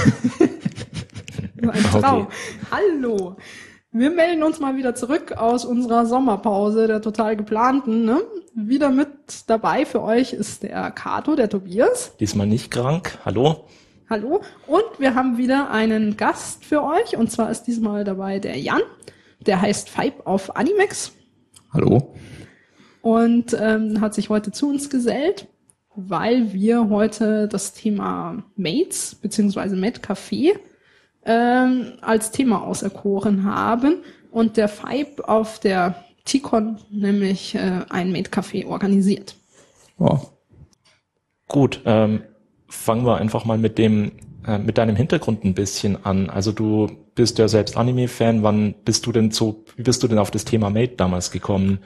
Ein Traum. Okay. Hallo. Wir melden uns mal wieder zurück aus unserer Sommerpause, der total geplanten. Ne? Wieder mit dabei für euch ist der Kato, der Tobias. Diesmal nicht krank. Hallo. Hallo. Und wir haben wieder einen Gast für euch. Und zwar ist diesmal dabei der Jan. Der heißt Fibe auf Animex. Hallo. Und hat sich heute zu uns gesellt, weil wir heute das Thema Mates bzw. Mate Café als Thema auserkoren haben und der Fibe auf der TCon nämlich ein Mate Café organisiert. Oh. Gut, fangen wir einfach mal mit deinem Hintergrund ein bisschen an. Also du bist ja selbst Anime-Fan. Wie bist du denn auf das Thema Mate damals gekommen?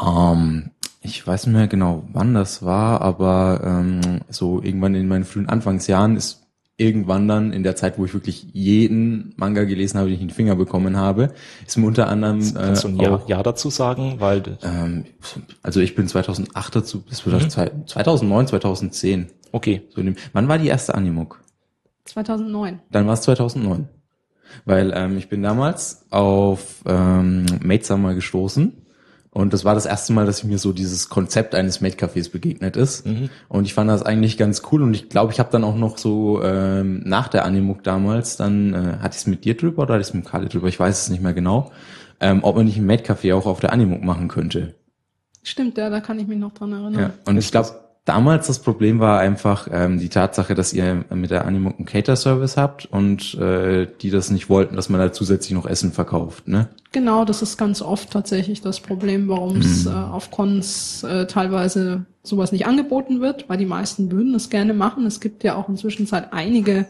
Ich weiß nicht mehr genau, wann das war, aber so irgendwann in meinen frühen Anfangsjahren ist irgendwann dann in der Zeit, wo ich wirklich jeden Manga gelesen habe, den ich in den Finger bekommen habe, ist mir unter anderem kannst du ein Jahr dazu sagen, weil also ich bin 2008 dazu bis 2009, 2010. Okay. So wann war die erste Animuk? 2009. Dann war es 2009. Weil ich bin damals auf Mate Summer gestoßen. Und das war das erste Mal, dass mir so dieses Konzept eines Mate-Cafés begegnet ist. Mhm. Und ich fand das eigentlich ganz cool. Und ich glaube, ich habe dann auch noch so nach der Animuk damals, dann hatte ich es mit dir drüber oder hatte ich es mit Kali drüber? Ich weiß es nicht mehr genau. Ob man nicht ein Mate-Café auch auf der Animuk machen könnte. Stimmt, ja, da kann ich mich noch dran erinnern. Ja, und ich glaube, damals das Problem war einfach die Tatsache, dass ihr mit der Animuk einen Cater-Service habt und die das nicht wollten, dass man da zusätzlich noch Essen verkauft, ne? Genau, das ist ganz oft tatsächlich das Problem, warum es auf Cons teilweise sowas nicht angeboten wird, weil die meisten würden es gerne machen. Es gibt ja auch inzwischen einige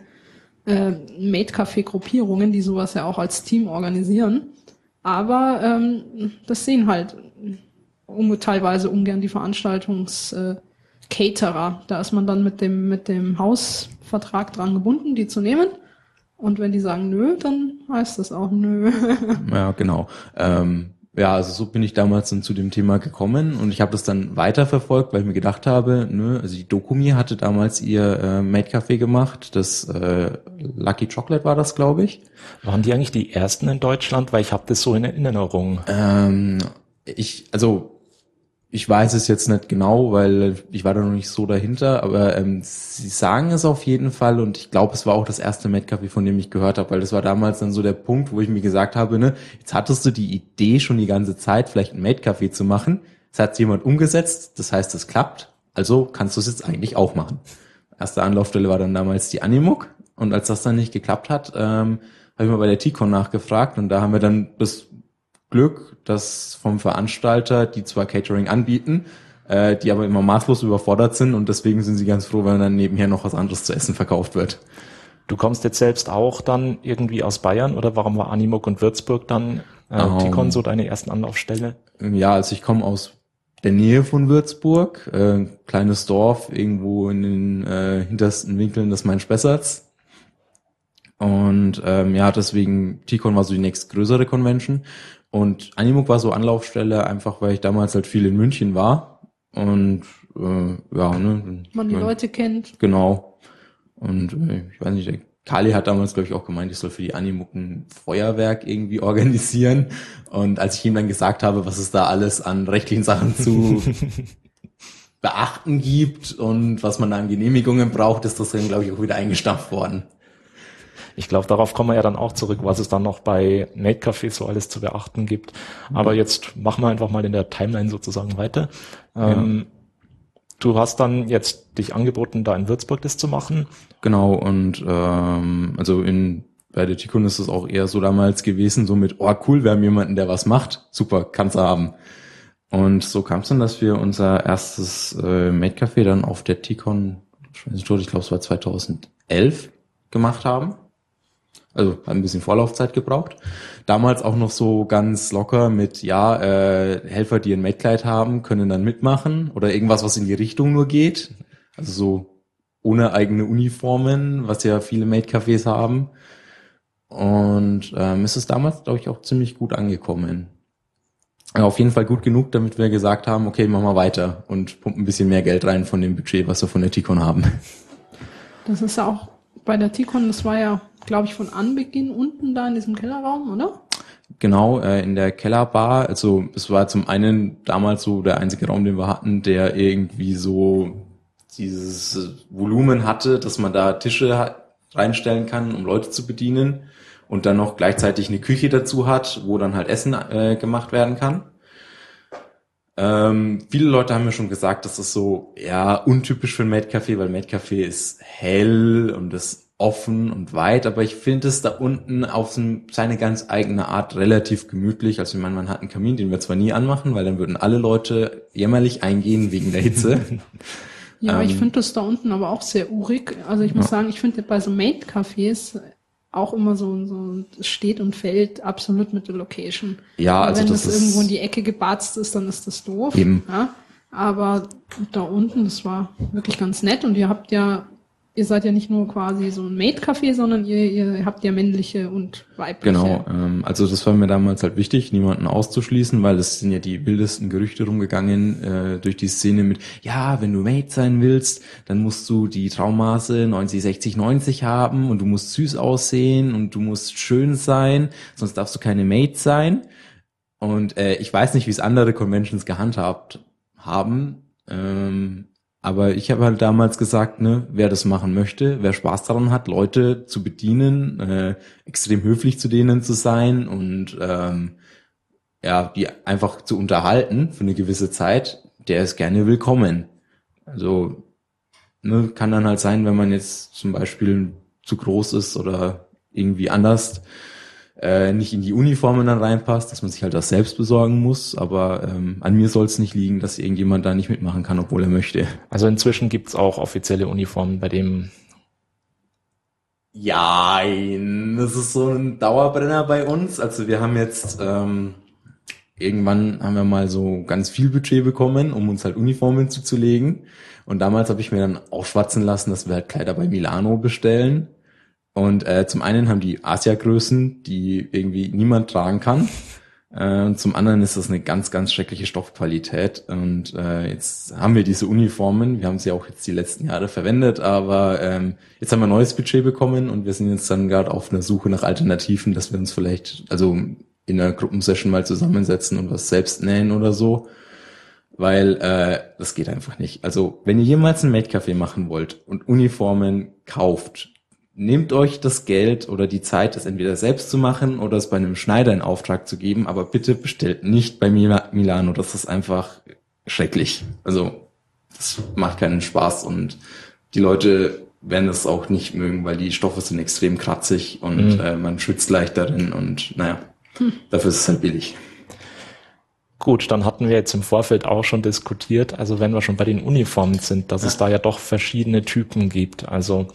Mate-Café-Gruppierungen, die sowas ja auch als Team organisieren. Aber das sehen halt teilweise ungern die Caterer. Da ist man dann mit dem Hausvertrag dran gebunden, die zu nehmen. Und wenn die sagen nö, dann heißt das auch nö. Ja, genau. Also so bin ich damals dann zu dem Thema gekommen und ich habe das dann weiterverfolgt, weil ich mir gedacht habe, also die Dokumi hatte damals ihr Mate Café gemacht, das Lucky Chocolate war das, glaube ich. Waren die eigentlich die ersten in Deutschland? Weil ich habe das so in Erinnerung. Ich weiß es jetzt nicht genau, weil ich war da noch nicht so dahinter, aber sie sagen es auf jeden Fall und ich glaube, es war auch das erste Mate Café, von dem ich gehört habe, weil das war damals dann so der Punkt, wo ich mir gesagt habe, ne, jetzt hattest du die Idee schon die ganze Zeit, vielleicht ein Mate Café zu machen, es hat jemand umgesetzt, das heißt, es klappt, also kannst du es jetzt eigentlich auch machen. Erste Anlaufstelle war dann damals die Animuk und als das dann nicht geklappt hat, habe ich mal bei der TCon nachgefragt und da haben wir dann das Glück, dass vom Veranstalter, die zwar Catering anbieten, die aber immer maßlos überfordert sind und deswegen sind sie ganz froh, wenn dann nebenher noch was anderes zu essen verkauft wird. Du kommst jetzt selbst auch dann irgendwie aus Bayern oder warum war Animuk und Würzburg dann TCon so deine ersten Anlaufstelle? Ja, also ich komme aus der Nähe von Würzburg, kleines Dorf irgendwo in den hintersten Winkeln des Main-Spessarts. Und deswegen TCon war so die nächstgrößere Convention. Und Animuk war so Anlaufstelle, einfach weil ich damals halt viel in München war. Und man die Leute kennt. Genau. Und ich weiß nicht, der Kali hat damals, glaube ich, auch gemeint, ich soll für die Animuk ein Feuerwerk irgendwie organisieren. Und als ich ihm dann gesagt habe, was es da alles an rechtlichen Sachen zu beachten gibt und was man da an Genehmigungen braucht, ist das dann, glaube ich, auch wieder eingestampft worden. Ich glaube, darauf kommen wir ja dann auch zurück, was es dann noch bei Mate Cafés so alles zu beachten gibt. Aber jetzt machen wir einfach mal in der Timeline sozusagen weiter. Du hast dann jetzt dich angeboten, da in Würzburg das zu machen. Genau, und bei der TCon ist es auch eher so damals gewesen, so mit, oh cool, wir haben jemanden, der was macht. Super, kannst du haben. Und so kam es dann, dass wir unser erstes Mate Café dann auf der TCon, ich glaube, es war 2011, gemacht haben. Also hat ein bisschen Vorlaufzeit gebraucht. Damals auch noch so ganz locker mit, Helfer, die ein Mate-Kleid haben, können dann mitmachen oder irgendwas, was in die Richtung nur geht. Also so ohne eigene Uniformen, was ja viele Mate-Cafés haben. Und ist es damals, glaube ich, auch ziemlich gut angekommen. Auf jeden Fall gut genug, damit wir gesagt haben, okay, machen wir weiter und pumpen ein bisschen mehr Geld rein von dem Budget, was wir von der TCon haben. Das ist ja auch bei der T-Con, das war ja, glaube ich, von Anbeginn unten da in diesem Kellerraum, oder? Genau, in der Kellerbar. Also es war zum einen damals so der einzige Raum, den wir hatten, der irgendwie so dieses Volumen hatte, dass man da Tische reinstellen kann, um Leute zu bedienen und dann noch gleichzeitig eine Küche dazu hat, wo dann halt Essen gemacht werden kann. Viele Leute haben mir schon gesagt, das ist so ja untypisch für ein Maid-Café, weil Maid-Café ist hell und ist offen und weit, aber ich finde es da unten auf seine ganz eigene Art relativ gemütlich. Also ich meine, man hat einen Kamin, den wir zwar nie anmachen, weil dann würden alle Leute jämmerlich eingehen wegen der Hitze. Ja, ich finde das da unten aber auch sehr urig. Also ich muss sagen, ich finde bei so Maid-Cafés auch immer so steht und fällt absolut mit der Location. Ja, weil also wenn das das ist irgendwo in die Ecke gebatzt ist, dann ist das doof. Eben. Ja? Aber da unten, das war wirklich ganz nett und ihr seid ja nicht nur quasi so ein Maid-Café, sondern ihr habt ja männliche und weibliche. Genau, also das war mir damals halt wichtig, niemanden auszuschließen, weil es sind ja die wildesten Gerüchte rumgegangen durch die Szene mit, ja, wenn du Maid sein willst, dann musst du die Traummaße 90, 60, 90 haben und du musst süß aussehen und du musst schön sein, sonst darfst du keine Maid sein. Und ich weiß nicht, wie es andere Conventions gehandhabt haben, aber ich habe halt damals gesagt, ne, wer das machen möchte, wer Spaß daran hat, Leute zu bedienen, extrem höflich zu denen zu sein und die einfach zu unterhalten für eine gewisse Zeit, der ist gerne willkommen. Also ne, kann dann halt sein, wenn man jetzt zum Beispiel zu groß ist oder irgendwie anders nicht in die Uniformen dann reinpasst, dass man sich halt das selbst besorgen muss, aber an mir soll es nicht liegen, dass irgendjemand da nicht mitmachen kann, obwohl er möchte. Also inzwischen gibt's auch offizielle Uniformen bei dem. Ja, das ist so ein Dauerbrenner bei uns. Also wir haben jetzt irgendwann haben wir mal so ganz viel Budget bekommen, um uns halt Uniformen zuzulegen. Und damals habe ich mir dann aufschwatzen lassen, dass wir halt Kleider bei Milano bestellen. Und zum einen haben die Asia-Größen, die irgendwie niemand tragen kann. Und zum anderen ist das eine ganz, ganz schreckliche Stoffqualität. Und jetzt haben wir diese Uniformen. Wir haben sie auch jetzt die letzten Jahre verwendet, aber jetzt haben wir ein neues Budget bekommen und wir sind jetzt dann gerade auf einer Suche nach Alternativen, dass wir uns vielleicht also in einer Gruppensession mal zusammensetzen und was selbst nähen oder so. Weil das geht einfach nicht. Also wenn ihr jemals ein Maid-Café machen wollt und Uniformen kauft, nehmt euch das Geld oder die Zeit, es entweder selbst zu machen oder es bei einem Schneider in Auftrag zu geben, aber bitte bestellt nicht bei Milano, das ist einfach schrecklich. Also das macht keinen Spaß und die Leute werden das auch nicht mögen, weil die Stoffe sind extrem kratzig und man schwitzt leicht darin und naja, dafür ist es halt billig. Gut, dann hatten wir jetzt im Vorfeld auch schon diskutiert, also wenn wir schon bei den Uniformen sind, dass es da ja doch verschiedene Typen gibt. Also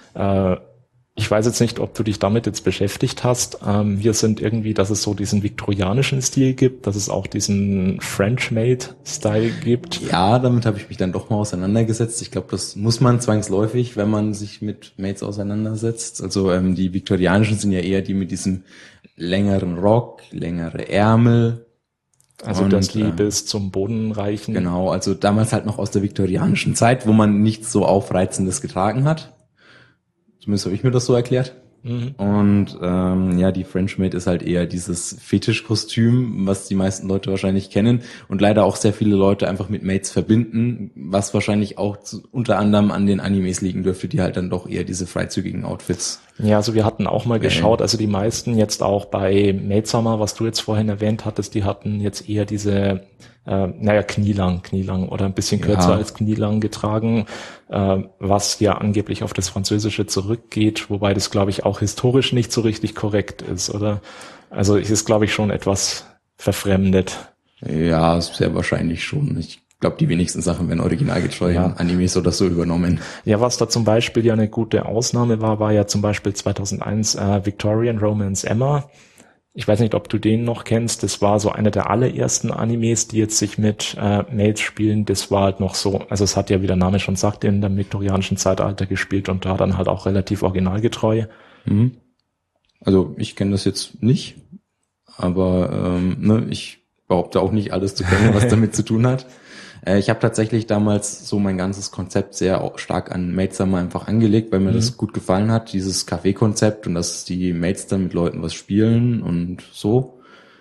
ich weiß jetzt nicht, ob du dich damit jetzt beschäftigt hast. Wir sind irgendwie, dass es so diesen viktorianischen Stil gibt, dass es auch diesen French-Made-Style gibt. Ja, damit habe ich mich dann doch mal auseinandergesetzt. Ich glaube, das muss man zwangsläufig, wenn man sich mit Maids auseinandersetzt. Also die viktorianischen sind ja eher die mit diesem längeren Rock, längere Ärmel. Also dass die bis zum Boden reichen. Genau, also damals halt noch aus der viktorianischen Zeit, wo man nichts so Aufreizendes getragen hat. Zumindest habe ich mir das so erklärt. Mhm. Und die French Maid ist halt eher dieses Fetischkostüm, was die meisten Leute wahrscheinlich kennen und leider auch sehr viele Leute einfach mit Maids verbinden, was wahrscheinlich auch unter anderem an den Animes liegen dürfte, die halt dann doch eher diese freizügigen Outfits. Ja, also wir hatten auch mal geschaut, also die meisten jetzt auch bei Maid Summer, was du jetzt vorhin erwähnt hattest, die hatten jetzt eher diese knielang oder ein bisschen kürzer als knielang getragen, was ja angeblich auf das Französische zurückgeht, wobei das, glaube ich, auch historisch nicht so richtig korrekt ist, oder? Also es ist, glaube ich, schon etwas verfremdet. Ja, sehr wahrscheinlich schon. Ich glaube, die wenigsten Sachen werden originalgetreu in Animes oder so übernommen. Ja, was da zum Beispiel ja eine gute Ausnahme war ja zum Beispiel 2001 Victorian Romance Emma. Ich weiß nicht, ob du den noch kennst. Das war so einer der allerersten Animes, die jetzt sich mit Maids spielen. Das war halt noch so, also es hat ja, wie der Name schon sagt, in dem viktorianischen Zeitalter gespielt und da dann halt auch relativ originalgetreu. Mhm. Also ich kenne das jetzt nicht, aber ich behaupte auch nicht alles zu kennen, was damit zu tun hat. Ich habe tatsächlich damals so mein ganzes Konzept sehr stark an Maid Summer einfach angelegt, weil mir das gut gefallen hat, dieses Café-Konzept und dass die Maids dann mit Leuten was spielen und so.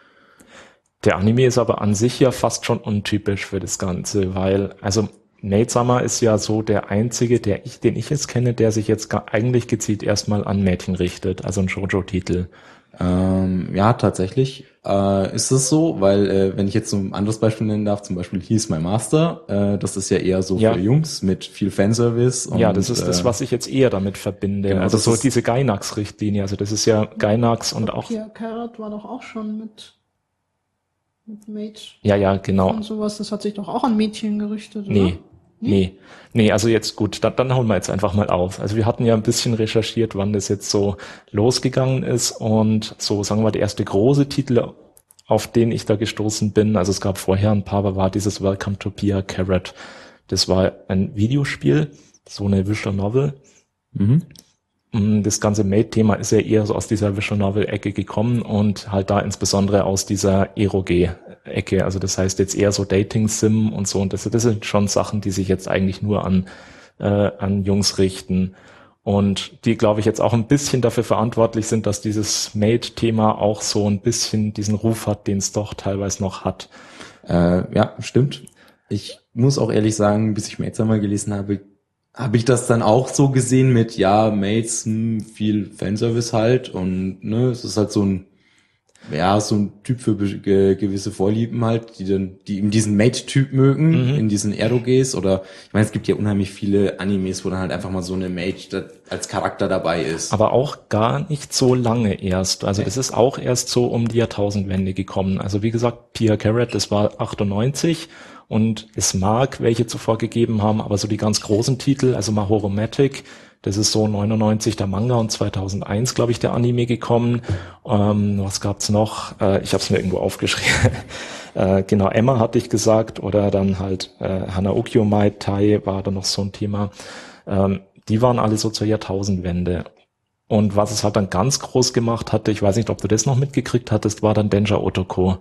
Der Anime ist aber an sich ja fast schon untypisch für das Ganze, weil, also Maid Summer ist ja so der einzige, den ich jetzt kenne, der sich jetzt eigentlich gezielt erstmal an Mädchen richtet, also ein Shoujo-Titel. Ja, tatsächlich ist es so, weil wenn ich jetzt so ein anderes Beispiel nennen darf, zum Beispiel He's My Master, das ist ja eher so für Jungs mit viel Fanservice. Und, ja, das ist das, was ich jetzt eher damit verbinde. Genau, also das so ist diese Gainax-Richtlinie, also das ist ja Gainax und auch... Pia Carrot war doch auch schon mit Maid Ja, genau. und sowas, das hat sich doch auch an Mädchen gerichtet, oder? Nee, also jetzt gut, dann holen wir jetzt einfach mal auf. Also wir hatten ja ein bisschen recherchiert, wann das jetzt so losgegangen ist und so, sagen wir, der erste große Titel, auf den ich da gestoßen bin, also es gab vorher ein paar, aber war dieses Welcome to Pia Carrot. Das war ein Videospiel, so eine Visual Novel. Das ganze Maid-Thema ist ja eher so aus dieser Visual Novel-Ecke gekommen und halt da insbesondere aus dieser Eroge-Ecke. Also das heißt jetzt eher so Dating-Sim und so. Und das sind schon Sachen, die sich jetzt eigentlich nur an Jungs richten. Und die, glaube ich, jetzt auch ein bisschen dafür verantwortlich sind, dass dieses Maid-Thema auch so ein bisschen diesen Ruf hat, den es doch teilweise noch hat. Ja, stimmt. Ich muss auch ehrlich sagen, bis ich Maid Summer gelesen habe ich das dann auch so gesehen mit, ja, Maids, viel Fanservice halt und ne, es ist halt so ein Typ für gewisse Vorlieben halt, die eben diesen Maid-Typ mögen, in diesen Eroges oder, ich meine, es gibt ja unheimlich viele Animes, wo dann halt einfach mal so eine Maid als Charakter dabei ist. Aber auch gar nicht so lange erst. Also es ist auch erst so um die Jahrtausendwende gekommen. Also wie gesagt, Pia Carrot, das war 98 und es mag welche zuvor gegeben haben, aber so die ganz großen Titel, also Mahoromatic, das ist so 99 der Manga und 2001, glaube ich, der Anime gekommen. Was gab's noch? Ich habe es mir irgendwo aufgeschrieben. Genau, Emma hatte ich gesagt oder dann halt Hanaukyo Mai Tai war da noch so ein Thema. Die waren alle so zur Jahrtausendwende. Und was es halt dann ganz groß gemacht hatte, ich weiß nicht, ob du das noch mitgekriegt hattest, war dann Denja Otoko.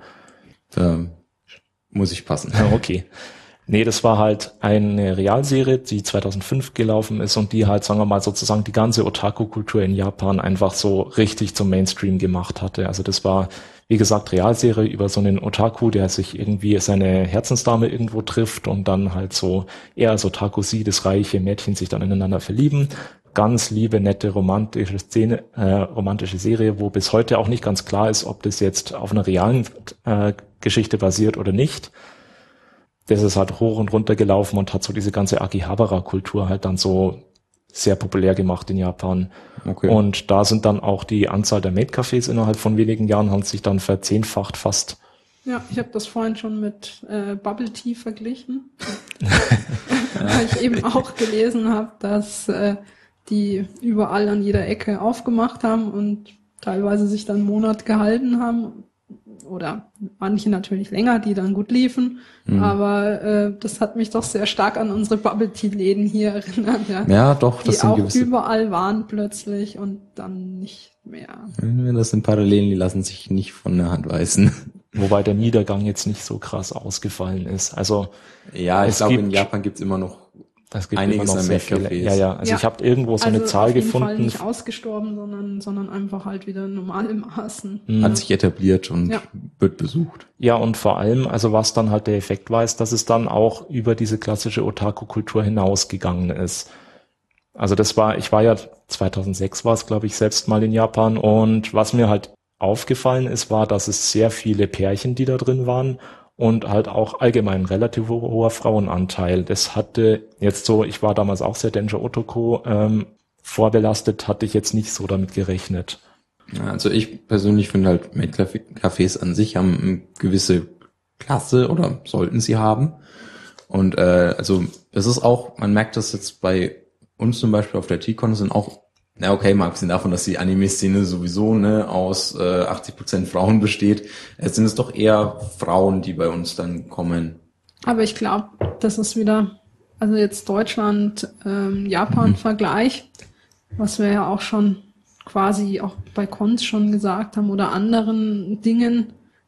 Muss ich passen. Okay. Nee, das war halt eine Realserie, die 2005 gelaufen ist und die halt, sagen wir mal, sozusagen die ganze Otaku-Kultur in Japan einfach so richtig zum Mainstream gemacht hatte. Also das war, wie gesagt, Realserie über so einen Otaku, der sich irgendwie seine Herzensdame irgendwo trifft und dann halt so, er als Otaku, sie, das reiche Mädchen sich dann ineinander verlieben. Ganz liebe, nette, romantische Serie, wo bis heute auch nicht ganz klar ist, ob das jetzt auf einer realen Geschichte basiert oder nicht. Das ist halt hoch und runter gelaufen und hat so diese ganze Akihabara-Kultur halt dann so sehr populär gemacht in Japan. Okay. Und da sind dann auch die Anzahl der Maid-Cafés innerhalb von wenigen Jahren hat sich dann verzehnfacht fast. Ja, ich habe das vorhin schon mit Bubble Tea verglichen, weil ich eben auch gelesen habe, dass die überall an jeder Ecke aufgemacht haben und teilweise sich dann einen Monat gehalten haben. Oder manche natürlich länger, die dann gut liefen. Aber das hat mich doch sehr stark an unsere Bubble-Tea-Läden hier erinnert. Ja, doch, das die sind auch gewisse. überall waren plötzlich und dann nicht mehr. Das sind Parallelen, die lassen sich nicht von der Hand weisen. Wobei der Niedergang jetzt nicht so krass ausgefallen ist. Also ja, ich glaube, in Japan gibt's immer noch einiges an Maid-Cafés. Ja. Also ich habe irgendwo so eine Zahl auf jeden gefunden. Fall nicht ausgestorben, sondern einfach halt wieder normal im Maßen. Hat sich etabliert und wird besucht. Ja, und vor allem, also was dann halt der Effekt war, ist, dass es dann auch über diese klassische Otaku-Kultur hinausgegangen ist. Also ich war ja 2006 war es, glaube ich, selbst mal in Japan und was mir halt aufgefallen ist, war, dass es sehr viele Pärchen, die da drin waren und halt auch allgemein relativ hoher Frauenanteil. Das hatte jetzt so, ich war damals auch sehr Denja Otoko vorbelastet, hatte ich jetzt nicht so damit gerechnet. Also ich persönlich finde halt Maid-Cafés an sich haben eine gewisse Klasse oder sollten sie haben. Und also es ist auch, man merkt das jetzt bei uns zum Beispiel auf der T-Con sind auch, na okay, mal abgesehen davon, dass die Anime-Szene sowieso aus 80% Frauen besteht, sind es doch eher Frauen, die bei uns dann kommen. Aber ich glaube, das ist wieder, also jetzt Deutschland, Japan-Vergleich, was wir ja auch schon quasi auch bei Cons schon gesagt haben oder anderen Dingen,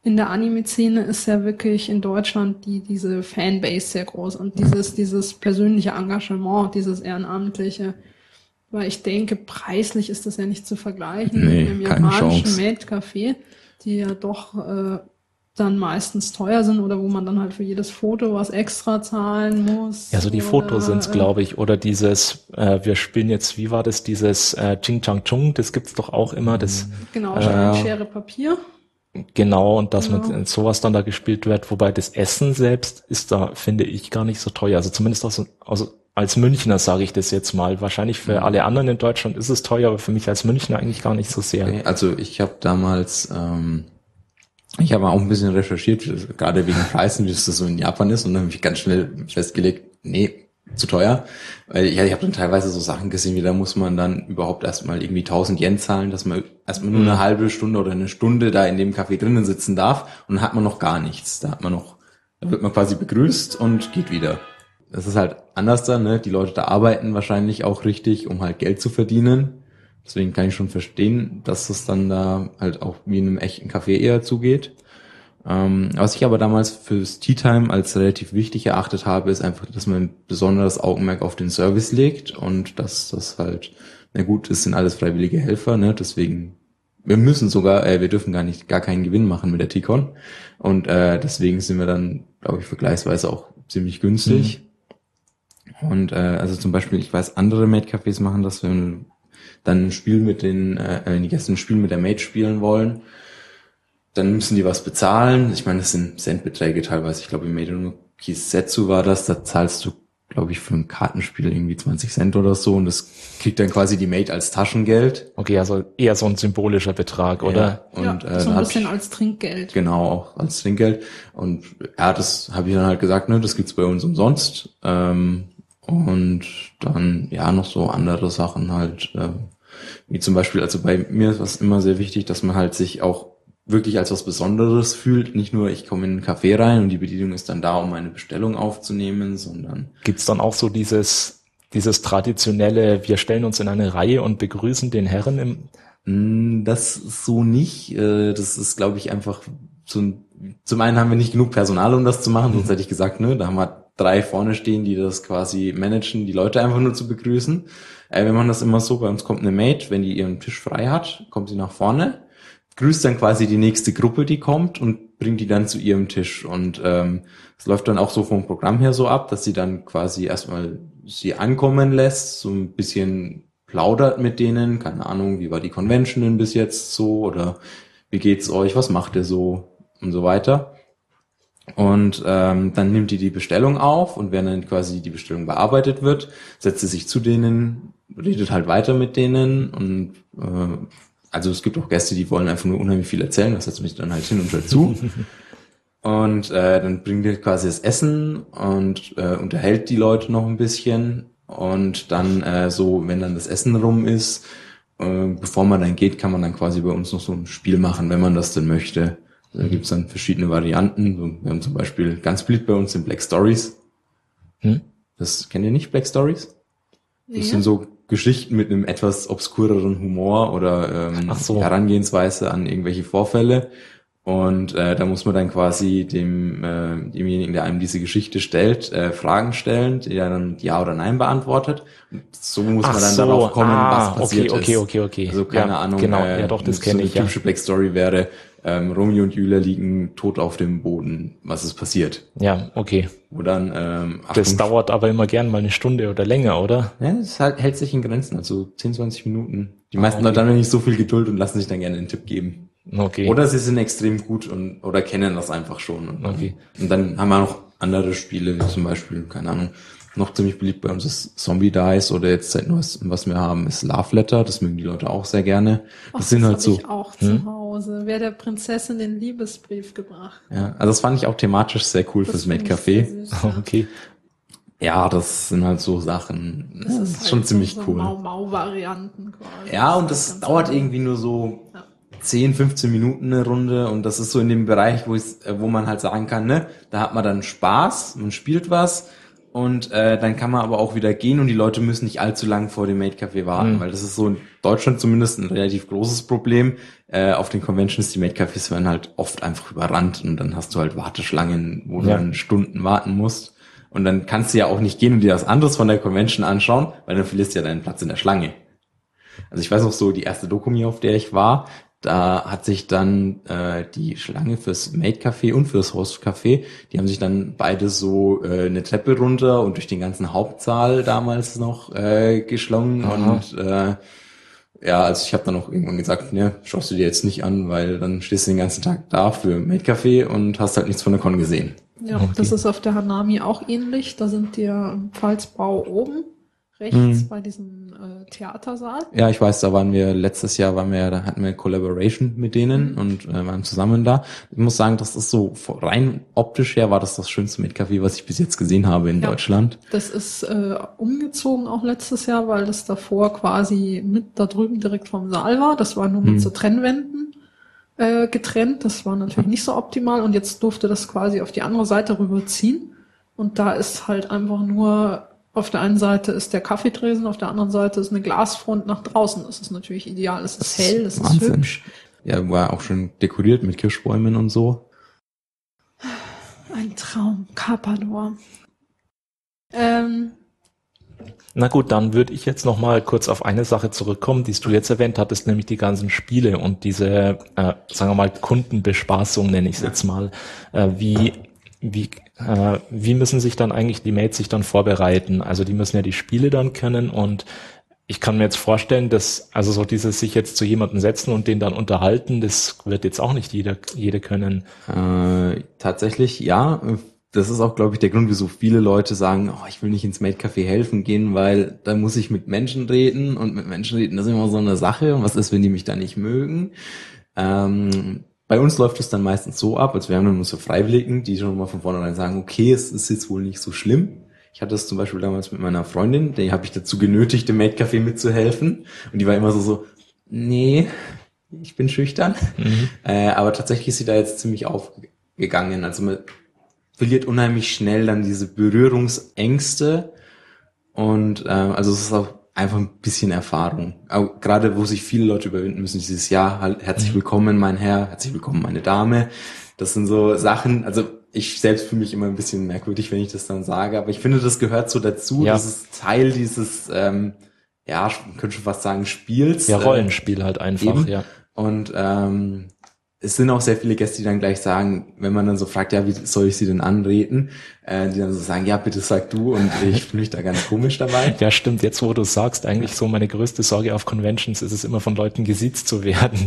in der Anime-Szene ist ja wirklich in Deutschland diese Fanbase sehr groß und dieses persönliche Engagement, dieses Ehrenamtliche. Weil ich denke, preislich ist das ja nicht zu vergleichen Nee, mit einem keine japanischen Chance. Maid-Café, die ja doch dann meistens teuer sind oder wo man dann halt für jedes Foto was extra zahlen muss. Ja, so die oder, Fotos sind's, glaube ich, oder dieses, wir spielen jetzt, wie war das, dieses Ching Chang Chung, das gibt's doch auch immer, das Genau, Ja. Schere, Papier. genau, und dass Genau. mit sowas dann da gespielt wird, wobei das Essen selbst ist da, finde ich, gar nicht so teuer. Also zumindest als Münchner sage ich das jetzt mal. Wahrscheinlich für alle anderen in Deutschland ist es teuer, aber für mich als Münchner eigentlich gar nicht so sehr. Okay, also ich habe damals, ich habe auch ein bisschen recherchiert, gerade wegen Preisen, wie das so in Japan ist, und dann habe ich ganz schnell festgelegt, nee, zu teuer. Weil ich habe dann teilweise so Sachen gesehen, wie da muss man dann überhaupt erstmal irgendwie 1000 Yen zahlen, dass man erstmal nur eine halbe Stunde oder eine Stunde da in dem Café drinnen sitzen darf, und dann hat man noch gar nichts. Da wird man quasi begrüßt und geht wieder. Das ist halt anders da, ne? Die Leute da arbeiten wahrscheinlich auch richtig, um halt Geld zu verdienen. Deswegen kann ich schon verstehen, dass es dann da halt auch wie in einem echten Café eher zugeht. Was ich aber damals fürs Tea Time als relativ wichtig erachtet habe, ist einfach, dass man ein besonderes Augenmerk auf den Service legt und dass das halt, na gut, es sind alles freiwillige Helfer, ne? Deswegen, wir dürfen gar keinen Gewinn machen mit der T-Con. Und deswegen sind wir dann, glaube ich, vergleichsweise auch ziemlich günstig. Und also zum Beispiel, ich weiß, andere Maid-Cafés machen das, wenn dann ein Spiel wenn die Gäste ein Spiel mit der Maid spielen wollen, dann müssen die was bezahlen. Ich meine, das sind Centbeträge teilweise. Ich glaube, im Maid no Kisetsu war das, da zahlst du, glaube ich, für ein Kartenspiel irgendwie 20 Cent oder so, und das kriegt dann quasi die Maid als Taschengeld. Okay, also eher so ein symbolischer Betrag, oder? Ja, und ja, so da ein hab bisschen ich, als Trinkgeld. genau, auch als Trinkgeld. Und ja, das habe ich dann halt gesagt, ne, das gibt's bei uns umsonst. Und dann, ja, noch so andere Sachen halt, wie zum Beispiel, also bei mir ist was immer sehr wichtig, dass man halt sich auch wirklich als was Besonderes fühlt. Nicht nur, ich komme in einen Café rein und die Bedienung ist dann da, um eine Bestellung aufzunehmen, sondern Gibt's dann auch so dieses traditionelle, wir stellen uns in eine Reihe und begrüßen den Herren das so nicht. Das ist, glaube ich, einfach zum einen haben wir nicht genug Personal, um das zu machen, sonst hätte ich gesagt, ne, da haben wir 3 vorne stehen, die das quasi managen, die Leute einfach nur zu begrüßen. Wir machen das immer so, bei uns kommt eine Maid, wenn die ihren Tisch frei hat, kommt sie nach vorne, grüßt dann quasi die nächste Gruppe, die kommt, und bringt die dann zu ihrem Tisch. Und es läuft dann auch so vom Programm her so ab, dass sie dann quasi erstmal sie ankommen lässt, so ein bisschen plaudert mit denen, keine Ahnung, wie war die Convention denn bis jetzt so, oder wie geht's euch, was macht ihr so und so weiter. Und dann nimmt die Bestellung auf, und wenn dann quasi die Bestellung bearbeitet wird, setzt sie sich zu denen, redet halt weiter mit denen, und also es gibt auch Gäste, die wollen einfach nur unheimlich viel erzählen, das setzt mich dann halt hin und hört zu. Und dann bringt ihr quasi das Essen und unterhält die Leute noch ein bisschen, und dann so, wenn dann das Essen rum ist, bevor man dann geht, kann man dann quasi bei uns noch so ein Spiel machen, wenn man das denn möchte. Da gibt's dann verschiedene Varianten. Wir haben zum Beispiel ganz beliebt bei uns sind Black Stories. Das kennt ihr nicht, Black Stories? Das sind so Geschichten mit einem etwas obskureren Humor oder Herangehensweise an irgendwelche Vorfälle. Und da muss man dann quasi demjenigen, der einem diese Geschichte stellt, Fragen stellen, die er dann Ja oder Nein beantwortet. Und so muss man dann darauf kommen, was passiert ist. Okay. Also keine Ahnung. Genau, ja doch, das kenne ich. Eine typische Black Story wäre, Romeo und Julia liegen tot auf dem Boden. Was ist passiert? Ja, okay. Wo dann, Das dauert aber immer gern mal eine Stunde oder länger, oder? Ja, das hält sich in Grenzen, also 10, 20 Minuten. Die meisten Leute haben nicht so viel Geduld und lassen sich dann gerne einen Tipp geben. Okay. Oder sie sind extrem gut oder kennen das einfach schon. Und dann haben wir noch andere Spiele, wie zum Beispiel, keine Ahnung, noch ziemlich beliebt bei uns ist Zombie Dice, oder jetzt seit neuestem, was wir haben, ist Love Letter. Das mögen die Leute auch sehr gerne. Das sind halt so. Ich auch zu Hause. Wer der Prinzessin den Liebesbrief gebracht. Ja, also das fand ich auch thematisch sehr cool fürs Maid Café. Okay. Ja, das sind halt so Sachen. Das ist halt schon ziemlich cool. Mau-Mau-Varianten quasi. Ja, und das dauert irgendwie nur so 10, 15 Minuten eine Runde, und das ist so in dem Bereich, wo man halt sagen kann, ne, da hat man dann Spaß, man spielt was, Und dann kann man aber auch wieder gehen und die Leute müssen nicht allzu lang vor dem Maid-Café warten, weil das ist so in Deutschland zumindest ein relativ großes Problem. Auf den Conventions, die Maid-Cafés werden halt oft einfach überrannt und dann hast du halt Warteschlangen, wo du dann Stunden warten musst. Und dann kannst du ja auch nicht gehen und dir was anderes von der Convention anschauen, weil dann verlierst du ja deinen Platz in der Schlange. Also ich weiß noch so, die erste Dokumi, auf der ich war, da hat sich dann die Schlange fürs Maid-Café und fürs Host-Café, die haben sich dann beide so eine Treppe runter und durch den ganzen Hauptsaal damals noch geschlungen. Und also ich habe dann auch irgendwann gesagt, ne, schaust du dir jetzt nicht an, weil dann stehst du den ganzen Tag da für Maid-Café und hast halt nichts von der Con gesehen. Ja, das ist auf der Hanami auch ähnlich. Da sind die im Pfalzbau oben, rechts bei diesem Theatersaal. Ja, ich weiß, da hatten wir eine Collaboration mit denen und waren zusammen da. Ich muss sagen, das ist so rein optisch her war das schönste Maid-Café, was ich bis jetzt gesehen habe in Deutschland. Das ist umgezogen auch letztes Jahr, weil das davor quasi mit da drüben direkt vom Saal war. Das war nur mit so Trennwänden getrennt. Das war natürlich nicht so optimal und jetzt durfte das quasi auf die andere Seite rüberziehen. Und da ist halt einfach nur auf der einen Seite ist der Kaffeetresen, auf der anderen Seite ist eine Glasfront nach draußen. Das ist natürlich ideal. Es ist hell, es ist hübsch. Ja, war auch schön dekoriert mit Kirschbäumen und so. Ein Traum, Carpador. Na gut, dann würde ich jetzt noch mal kurz auf eine Sache zurückkommen, die du jetzt erwähnt hattest, nämlich die ganzen Spiele und diese, sagen wir mal, Kundenbespaßung nenne ich es jetzt mal. Wie müssen sich dann eigentlich die Mates sich dann vorbereiten? Also die müssen ja die Spiele dann können und ich kann mir jetzt vorstellen, dass also so dieses sich jetzt zu jemandem setzen und den dann unterhalten, das wird jetzt auch nicht jede können. Tatsächlich, ja. Das ist auch, glaube ich, der Grund, wieso viele Leute sagen, ich will nicht ins Maid-Café helfen gehen, weil da muss ich mit Menschen reden und mit Menschen reden, das ist immer so eine Sache. Und was ist, wenn die mich da nicht mögen? Bei uns läuft es dann meistens so ab, als wir haben dann unsere Freiwilligen, die schon mal von vornherein sagen, okay, es ist jetzt wohl nicht so schlimm. Ich hatte das zum Beispiel damals mit meiner Freundin, die habe ich dazu genötigt, im Maid-Café mitzuhelfen. Und die war immer so, nee, ich bin schüchtern. Aber tatsächlich ist sie da jetzt ziemlich aufgegangen. Also man verliert unheimlich schnell dann diese Berührungsängste. Und also es ist auch einfach ein bisschen Erfahrung. Auch gerade wo sich viele Leute überwinden müssen, dieses Jahr halt herzlich willkommen, mein Herr, herzlich willkommen, meine Dame. Das sind so Sachen, also ich selbst fühle mich immer ein bisschen merkwürdig, wenn ich das dann sage, aber ich finde, das gehört so dazu, das ist Teil dieses, man könnte schon fast sagen, Spiels. Ja, Rollenspiel halt einfach, eben. Ja. Und es sind auch sehr viele Gäste, die dann gleich sagen, wenn man dann so fragt, ja, wie soll ich sie denn anreden? Die dann so sagen, ja, bitte sag du, und ich fühle mich da ganz komisch dabei. Ja, stimmt. Jetzt, wo du sagst, eigentlich so meine größte Sorge auf Conventions ist es immer von Leuten gesiezt zu werden.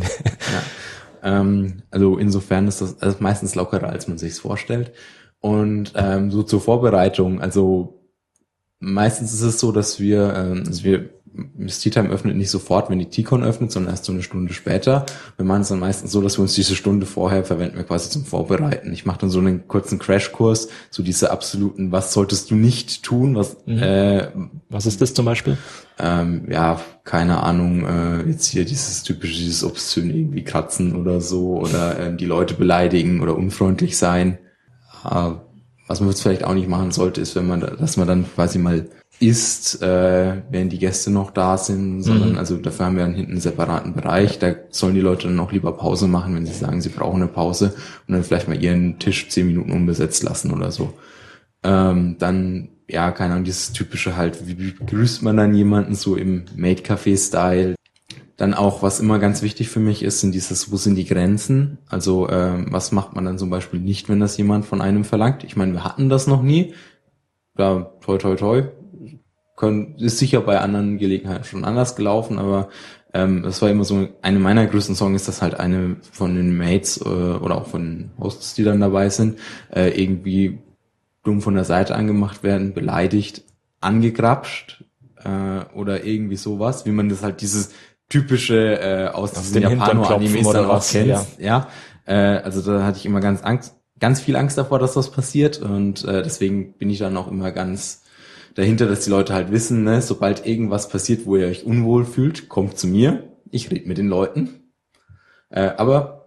Also insofern ist das meistens lockerer, als man sich's vorstellt. Und so zur Vorbereitung, also meistens ist es so, dass das Tea Time öffnet nicht sofort, wenn die T-Con öffnet, sondern erst so eine Stunde später. Wir machen es dann meistens so, dass wir uns diese Stunde vorher verwenden wir quasi zum Vorbereiten. Ich mache dann so einen kurzen Crashkurs, so diese absoluten, was solltest du nicht tun, was ist das zum Beispiel? Keine Ahnung, jetzt hier dieses obszön irgendwie kratzen oder so, oder die Leute beleidigen oder unfreundlich sein. Was man jetzt vielleicht auch nicht machen sollte, ist, dass man dann quasi mal isst, während die Gäste noch da sind, sondern also dafür haben wir dann hinten einen separaten Bereich, da sollen die Leute dann auch lieber Pause machen, wenn sie sagen, sie brauchen eine Pause und dann vielleicht mal ihren Tisch 10 Minuten unbesetzt lassen oder so. Dann, ja, keine Ahnung, dieses typische halt, wie begrüßt man dann jemanden so im Maid-Café-Style. Dann auch, was immer ganz wichtig für mich ist, wo sind die Grenzen? Also was macht man dann zum Beispiel nicht, wenn das jemand von einem verlangt? Ich meine, wir hatten das noch nie. Ja, toi, toi, toi. Ist sicher bei anderen Gelegenheiten schon anders gelaufen, aber das war immer so, eine meiner größten Sorgen ist, dass halt eine von den Mates oder auch von den Hosts, die dann dabei sind, irgendwie dumm von der Seite angemacht werden, beleidigt, angegrapscht oder irgendwie sowas, wie man das halt dieses typische aus diesen Japano-Animes dann auch kennt. Ja. Also da hatte ich immer ganz viel Angst davor, dass das passiert und deswegen bin ich dann auch immer ganz dahinter, dass die Leute halt wissen, ne, sobald irgendwas passiert, wo ihr euch unwohl fühlt, kommt zu mir. Ich rede mit den Leuten. Aber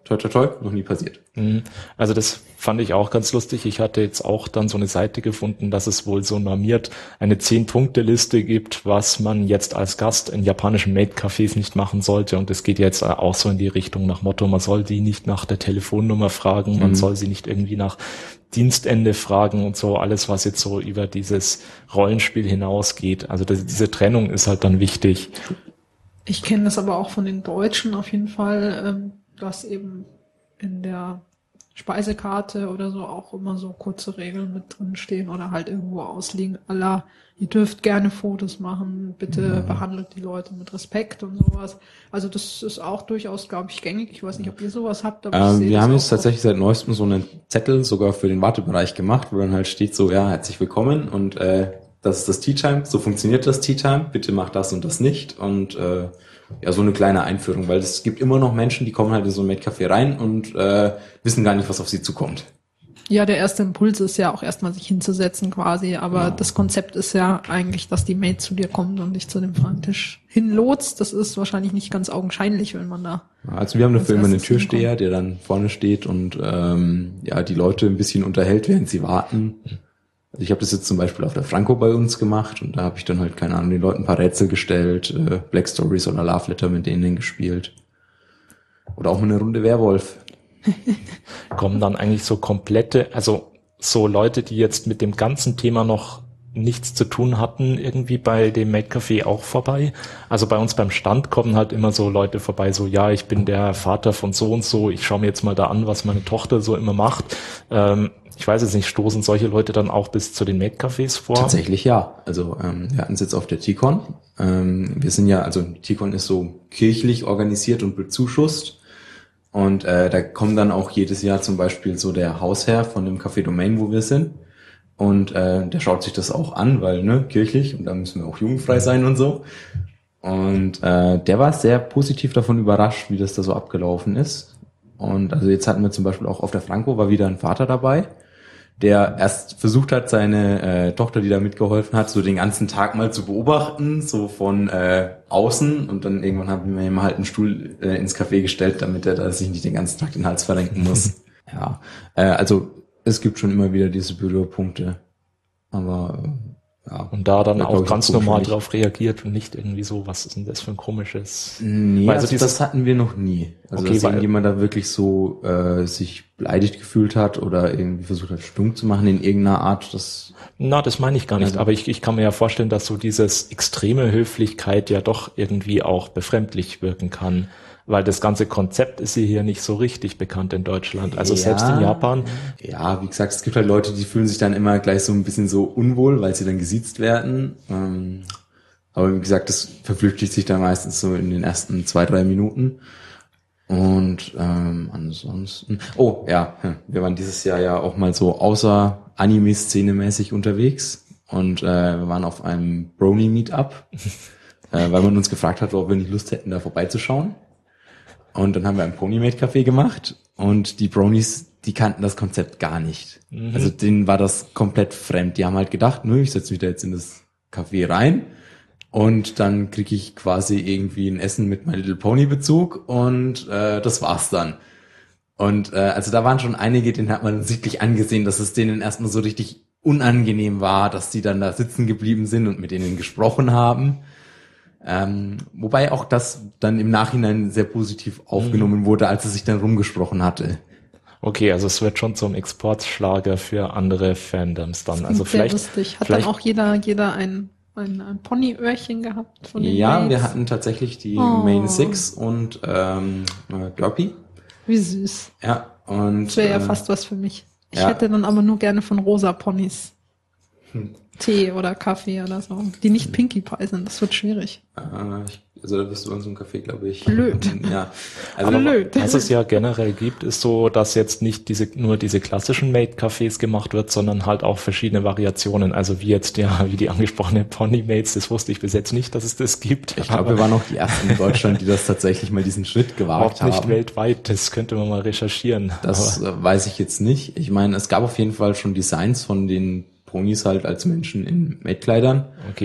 toi toi toi, noch nie passiert. Also das fand ich auch ganz lustig. Ich hatte jetzt auch dann so eine Seite gefunden, dass es wohl so normiert eine 10-Punkte-Liste gibt, was man jetzt als Gast in japanischen Maid-Cafés nicht machen sollte. Und das geht jetzt auch so in die Richtung nach Motto, man soll die nicht nach der Telefonnummer fragen, man soll sie nicht irgendwie nach Dienstende fragen und so, alles, was jetzt so über dieses Rollenspiel hinausgeht. Also diese Trennung ist halt dann wichtig. Ich kenne das aber auch von den Deutschen auf jeden Fall, dass eben in der Speisekarte oder so auch immer so kurze Regeln mit drin stehen oder halt irgendwo ausliegen. Ihr dürft gerne Fotos machen, bitte behandelt die Leute mit Respekt und sowas. Also das ist auch durchaus, glaube ich, gängig. Ich weiß nicht, ob ihr sowas habt, aber ich sehe wir haben das jetzt tatsächlich seit neuestem so einen Zettel sogar für den Wartebereich gemacht, wo dann halt steht so, ja, herzlich willkommen und das ist das Tea Time, so funktioniert das Tea Time, bitte macht das und das nicht und ja, so eine kleine Einführung, weil es gibt immer noch Menschen, die kommen halt in so ein Maid-Café rein und wissen gar nicht, was auf sie zukommt. Ja, der erste Impuls ist ja auch erstmal sich hinzusetzen quasi, aber das Konzept ist ja eigentlich, dass die Maid zu dir kommt und dich zu dem Fragentisch hinlotst. Das ist wahrscheinlich nicht ganz augenscheinlich, wenn man da... Also wir haben dafür immer einen Türsteher, der dann vorne steht und ja die Leute ein bisschen unterhält, während sie warten. Also ich habe das jetzt zum Beispiel auf der Franco bei uns gemacht und da habe ich dann halt, keine Ahnung, den Leuten ein paar Rätsel gestellt, Black Stories oder Love Letter mit denen gespielt. Oder auch mal eine Runde Werwolf. Kommen dann eigentlich so komplette, also so Leute, die jetzt mit dem ganzen Thema noch nichts zu tun hatten, irgendwie bei dem Maid-Café auch vorbei? Also bei uns beim Stand kommen halt immer so Leute vorbei, so ja, ich bin der Vater von so und so, ich schaue mir jetzt mal da an, was meine Tochter so immer macht. Ich weiß jetzt nicht, stoßen solche Leute dann auch bis zu den Maid-Cafés vor? Tatsächlich ja. Also wir hatten es jetzt auf der TCon. Wir sind ja, also TCon ist so kirchlich organisiert und bezuschusst. Und da kommt dann auch jedes Jahr zum Beispiel so der Hausherr von dem Café Domain, wo wir sind. Und der schaut sich das auch an, weil, ne, kirchlich, und da müssen wir auch jugendfrei sein und so. Und der war sehr positiv davon überrascht, wie das da so abgelaufen ist. Und also jetzt hatten wir zum Beispiel auch auf der Franco, war wieder ein Vater dabei, der erst versucht hat, seine Tochter, die da mitgeholfen hat, so den ganzen Tag mal zu beobachten, so von außen. Und dann irgendwann haben wir ihm halt einen Stuhl ins Café gestellt, damit er da sich nicht den ganzen Tag den Hals verrenken muss. Ja, also es gibt schon immer wieder diese Berührpunkte. Aber ja. Und da dann auch ganz normal drauf reagiert und nicht irgendwie so, was ist denn das für ein komisches... Nee, also das hatten wir noch nie. Also okay, dass irgendjemand da wirklich so sich beleidigt gefühlt hat oder irgendwie versucht hat, stumm zu machen in irgendeiner Art, das... Na, das meine ich gar nicht, also, aber ich kann mir ja vorstellen, dass so dieses extreme Höflichkeit ja doch irgendwie auch befremdlich wirken kann. Weil das ganze Konzept ist hier nicht so richtig bekannt in Deutschland. Also ja, selbst in Japan. Ja, wie gesagt, es gibt halt Leute, die fühlen sich dann immer gleich so ein bisschen so unwohl, weil sie dann gesiezt werden. Aber wie gesagt, das verflüchtigt sich dann meistens so in den ersten 2-3 Minuten. Und ansonsten... Oh, ja, wir waren dieses Jahr ja auch mal so außer Anime-Szene mäßig unterwegs. Und wir waren auf einem Brony-Meetup, weil man uns gefragt hat, ob wir nicht Lust hätten, da vorbeizuschauen. Und dann haben wir ein Pony-Maid-Café gemacht und die Bronies, die kannten das Konzept gar nicht. Mhm. Also denen war das komplett fremd. Die haben halt gedacht, nö, ich setze mich da jetzt in das Café rein und dann kriege ich quasi irgendwie ein Essen mit My Little Pony Bezug und das war's dann. Und also da waren schon einige, denen hat man sichtlich angesehen, dass es denen erstmal so richtig unangenehm war, dass die dann da sitzen geblieben sind und mit denen gesprochen haben. Wobei auch das dann im Nachhinein sehr positiv aufgenommen wurde, als es sich dann rumgesprochen hatte. Okay, also es wird schon zum Exportschlager für andere Fandoms dann. Also vielleicht lustig. Hat dann auch jeder ein Ponyöhrchen gehabt von den Ja, Maids? Wir hatten tatsächlich die Main Six und Derpy. Wie süß. Ja, und das wäre ja fast was für mich. Ich hätte dann aber nur gerne von rosa Ponys. Tee oder Kaffee oder so, die nicht Pinkie Pie sind, das wird schwierig. Also da bist du in so einem Café, glaube ich. Blöd. Ja. Also blöd. Was es ja generell gibt, ist so, dass jetzt nicht nur diese klassischen Maid-Cafés gemacht wird, sondern halt auch verschiedene Variationen. Also wie die angesprochene Pony-Maids, das wusste ich bis jetzt nicht, dass es das gibt. Ich glaube, wir waren auch die ersten in Deutschland, die das tatsächlich mal diesen Schritt gewagt haben. Auch nicht weltweit, das könnte man mal recherchieren. Das weiß ich jetzt nicht. Ich meine, es gab auf jeden Fall schon Designs von den Ponys halt als Menschen in Maidkleidern. Okay.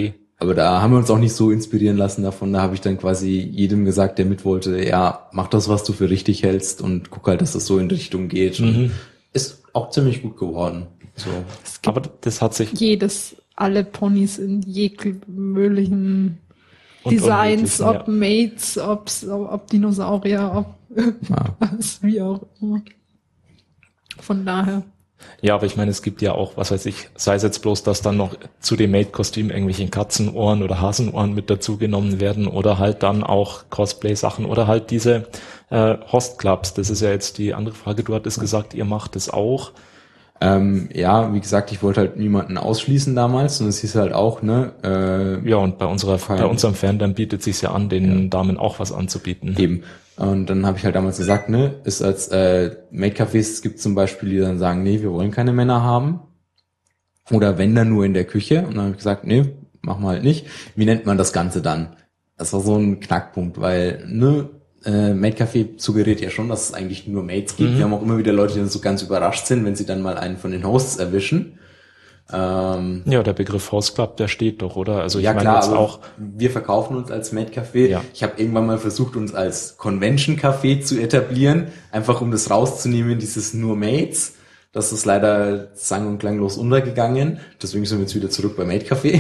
Aber da haben wir uns auch nicht so inspirieren lassen davon. Da habe ich dann quasi jedem gesagt, der mit wollte, ja, mach das, was du für richtig hältst und guck halt, dass das so in die Richtung geht. Und ist auch ziemlich gut geworden. So. Aber das hat sich alle Ponys in jeglichen Designs, ob Mates, ob Dinosaurier, ob was, wie auch immer. Von daher. Ja, aber ich meine, es gibt ja auch, was weiß ich, sei es jetzt bloß, dass dann noch zu dem Mate-Kostüm irgendwelche Katzenohren oder Hasenohren mit dazu genommen werden oder halt dann auch Cosplay-Sachen oder halt diese Host-Clubs. Das ist ja jetzt die andere Frage. Du hattest gesagt, ihr macht das auch. Ja, wie gesagt, ich wollte halt niemanden ausschließen damals und es hieß halt auch, ne? Ja, und bei unserem Fandom bietet es sich ja an, den Damen auch was anzubieten. Eben. Und dann habe ich halt damals gesagt, ne, ist als Maid-Cafés gibt zum Beispiel, die dann sagen, nee, wir wollen keine Männer haben. Oder wenn dann nur in der Küche. Und dann habe ich gesagt, nee, machen wir halt nicht. Wie nennt man das Ganze dann? Das war so ein Knackpunkt, weil, ne, Maid-Café suggeriert ja schon, dass es eigentlich nur Maids gibt. Wir haben auch immer wieder Leute, die dann so ganz überrascht sind, wenn sie dann mal einen von den Hosts erwischen. Ja, der Begriff Host Club, der steht doch, oder? Also ich ja, meine klar, jetzt auch. Wir verkaufen uns als Maid-Café. Ja. Ich habe irgendwann mal versucht, uns als Convention-Café zu etablieren, einfach um das rauszunehmen, dieses nur Maids. Das ist leider sang- und klanglos untergegangen. Deswegen sind wir jetzt wieder zurück bei Maid-Café.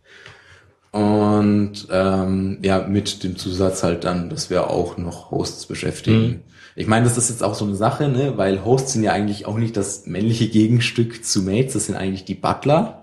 Und ja, mit dem Zusatz halt dann, dass wir auch noch Hosts beschäftigen. Ich meine, das ist jetzt auch so eine Sache, ne, weil Hosts sind ja eigentlich auch nicht das männliche Gegenstück zu Mates, das sind eigentlich die Butler.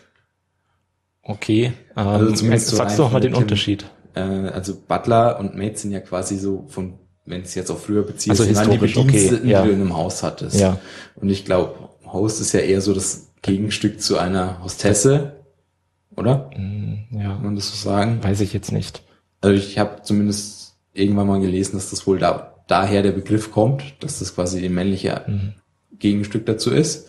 Okay, Also zumindest so sagst du doch mal den Unterschied. Also Butler und Mates sind ja quasi so von, wenn es jetzt auch früher bezieht, also sind die historisch, Bediensteten, ja. die du in einem Haus hattest. Ja. Und ich glaube, Host ist ja eher so das Gegenstück zu einer Hostesse, oder? Ja, Kann man das so sagen? weiß ich jetzt nicht. Also ich habe zumindest irgendwann mal gelesen, dass das wohl daher der Begriff kommt, dass das quasi ein männlicher Gegenstück dazu ist.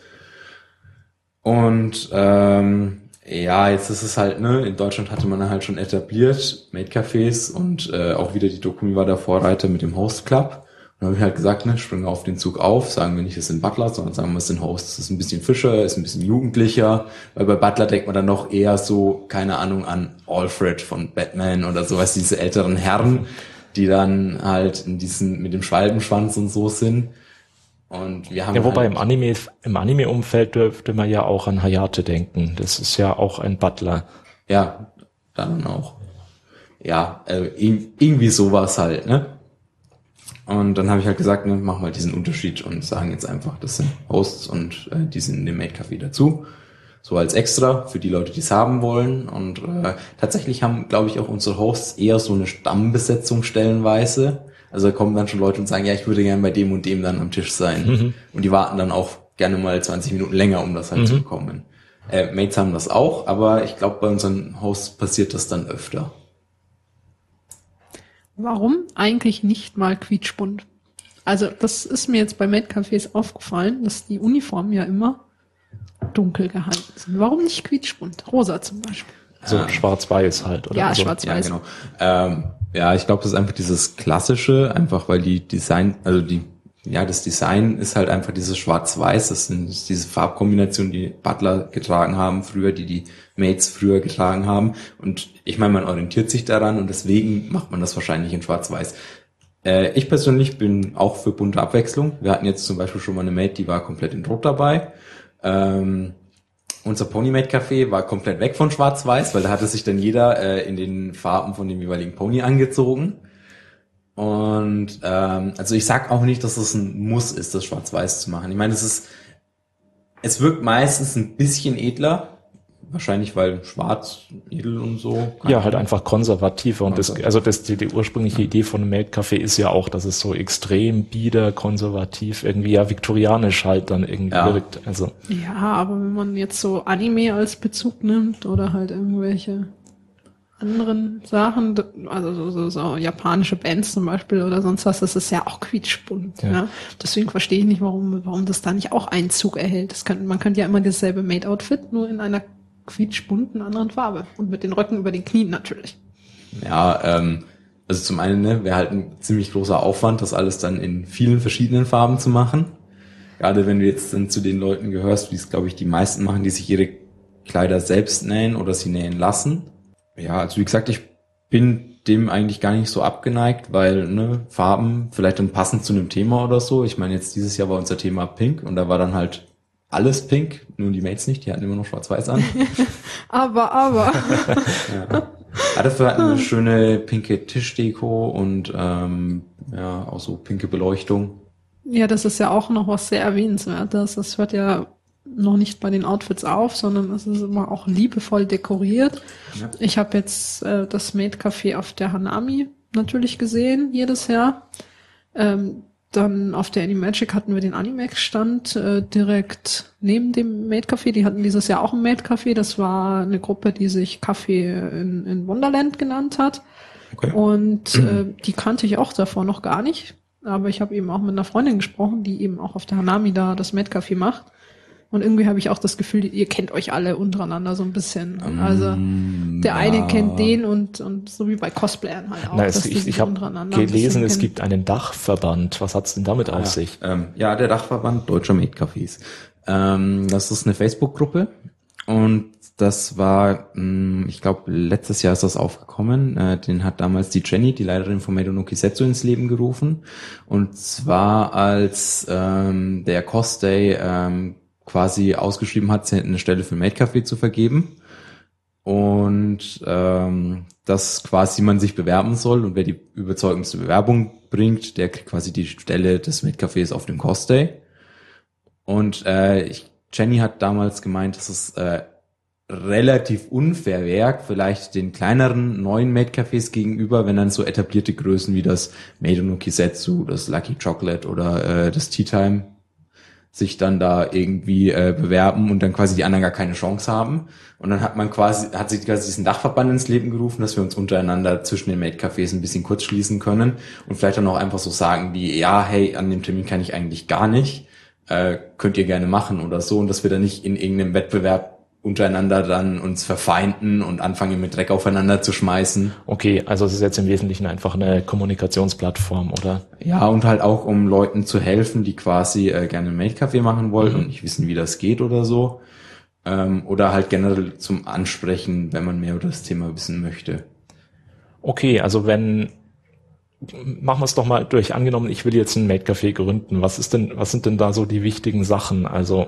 Und ja, jetzt ist es halt, ne, in Deutschland hatte man halt schon etabliert Maid-Cafés und auch wieder die Dokumi war der Vorreiter mit dem Host Club. Und da habe ich halt gesagt, ne, springen auf den Zug auf, sagen wir nicht, es sind Butler, sondern sagen wir, es sind Hosts. Das ist ein bisschen fischer, ist ein bisschen jugendlicher, weil bei Butler denkt man dann noch eher so, keine Ahnung, an Alfred von Batman oder sowas, diese älteren Herren, die dann halt in diesen, mit dem Schwalbenschwanz und so sind. Und wir haben ja, wobei halt, im Anime-Umfeld dürfte man ja auch an Hayate denken. Das ist ja auch ein Butler. ja, dann auch. Ja, irgendwie sowas halt, ne? Und dann habe ich halt gesagt, ne, machen wir halt diesen Unterschied und sagen jetzt einfach, das sind Hosts und die sind in dem Maid-Café dazu. So als extra für die Leute, die es haben wollen. Und tatsächlich haben, glaube ich, auch unsere Hosts eher so eine Stammbesetzung stellenweise. Also da kommen dann schon Leute und sagen, ja, ich würde gerne bei dem und dem dann am Tisch sein. Und die warten dann auch gerne mal 20 Minuten länger, um das halt zu bekommen. Mates haben das auch, aber ich glaube, bei unseren Hosts passiert das dann öfter. Warum eigentlich nicht mal quietschbunt? Also das ist mir jetzt bei Maid-Cafés aufgefallen, dass die Uniformen ja immer dunkel gehalten sind. Warum nicht quietschbunt? Rosa zum Beispiel. So schwarz-weiß halt, oder? Ja, also, schwarz-weiß. Ja, genau. Ja, ich glaube, das ist einfach dieses Klassische, einfach weil die Design, also das Design ist halt einfach dieses Schwarz-Weiß, das ist diese Farbkombination, die Butler getragen haben früher, die Maids früher getragen haben. Und ich meine, man orientiert sich daran und deswegen macht man das wahrscheinlich in Schwarz-Weiß. Ich persönlich bin auch für bunte Abwechslung. Wir hatten jetzt zum Beispiel schon mal eine Maid, die war komplett in Rot dabei. Unser Pony-Maid-Café war komplett weg von Schwarz-Weiß, weil da hatte sich dann jeder in den Farben von dem jeweiligen Pony angezogen. Und also ich sag auch nicht, dass es ein Muss ist, das Schwarz-Weiß zu machen. Ich meine, es wirkt meistens ein bisschen edler, wahrscheinlich weil Schwarz, edel und so. Ja, halt einfach konservativer. Und die ursprüngliche Idee von einem Maid-Café ist ja auch, dass es so extrem bieder, konservativ, irgendwie ja viktorianisch halt dann irgendwie wirkt. Also Ja, aber wenn man jetzt so Anime als Bezug nimmt oder halt irgendwelche anderen Sachen, also so japanische Bands zum Beispiel oder sonst was, das ist ja auch quietschbunt. Ja. Ja. Deswegen verstehe ich nicht, warum das da nicht auch Einzug erhält. Man könnte ja immer dasselbe Maid-Outfit, nur in einer quietschbunten anderen Farbe und mit den Röcken über den Knien natürlich. Ja, also zum einen, ne, wäre halt ein ziemlich großer Aufwand, das alles dann in vielen verschiedenen Farben zu machen. Gerade wenn du jetzt dann zu den Leuten gehörst, wie es, glaube ich, die meisten machen, die sich ihre Kleider selbst nähen oder sie nähen lassen. Ja, also wie gesagt, ich bin dem eigentlich gar nicht so abgeneigt, weil Farben vielleicht dann passend zu einem Thema oder so. Ich meine, jetzt dieses Jahr war unser Thema Pink und da war dann halt alles pink, nur die Mates nicht, die hatten immer noch schwarz-weiß an. Aber. Ja. Aber dafür hatten wir eine schöne pinke Tischdeko und auch so pinke Beleuchtung. Ja, das ist ja auch noch was sehr Erwähnenswertes. Das hört ja noch nicht bei den Outfits auf, sondern es ist immer auch liebevoll dekoriert. Ja. Ich habe jetzt das Maid Café auf der Hanami natürlich gesehen, jedes Jahr. Dann auf der Animagic hatten wir den Animax-Stand direkt neben dem Maid Café. Die hatten dieses Jahr auch ein Maid Café. Das war eine Gruppe, die sich Café in Wonderland genannt hat. Okay. Und die kannte ich auch davor noch gar nicht. Aber ich habe eben auch mit einer Freundin gesprochen, die eben auch auf der Hanami da das Maid Café macht. Und irgendwie habe ich auch das Gefühl, ihr kennt euch alle untereinander so ein bisschen. Also der eine kennt den und so wie bei Cosplayern halt auch. Ich habe gelesen, es gibt einen Dachverband. Was hat's denn damit auf sich? Der Dachverband Deutscher Maid Cafés. Das ist eine Facebook-Gruppe und das war, ich glaube, letztes Jahr ist das aufgekommen. Den hat damals die Jenny, die Leiterin von Maid no Kisetsu, ins Leben gerufen. Und zwar als der Cosday quasi ausgeschrieben hat, eine Stelle für Maid Café zu vergeben. Und dass quasi man sich bewerben soll und wer die überzeugendste Bewerbung bringt, der kriegt quasi die Stelle des Maid Cafés auf dem Cosday. Und Jenny hat damals gemeint, dass es relativ unfair wäre, vielleicht den kleineren neuen Maid-Cafés gegenüber, wenn dann so etablierte Größen wie das Maid no Kisetsu, das Lucky Chocolate oder das Tea Time sich dann da irgendwie bewerben und dann quasi die anderen gar keine Chance haben. Und dann hat sich quasi diesen Dachverband ins Leben gerufen, dass wir uns untereinander zwischen den Maid-Cafés ein bisschen kurz schließen können und vielleicht dann auch einfach so sagen wie, ja, hey, an dem Termin kann ich eigentlich gar nicht, könnt ihr gerne machen oder so, und dass wir dann nicht in irgendeinem Wettbewerb untereinander dann uns verfeinden und anfangen mit Dreck aufeinander zu schmeißen. Okay, also es ist jetzt im Wesentlichen einfach eine Kommunikationsplattform, oder? Ja, und halt auch, um Leuten zu helfen, die quasi gerne ein Maid-Café machen wollen und nicht wissen, wie das geht oder so. Oder halt generell zum Ansprechen, wenn man mehr über das Thema wissen möchte. Okay, also machen wir es doch mal durch. Angenommen, ich will jetzt ein Maid-Café gründen. Was sind denn da so die wichtigen Sachen? Also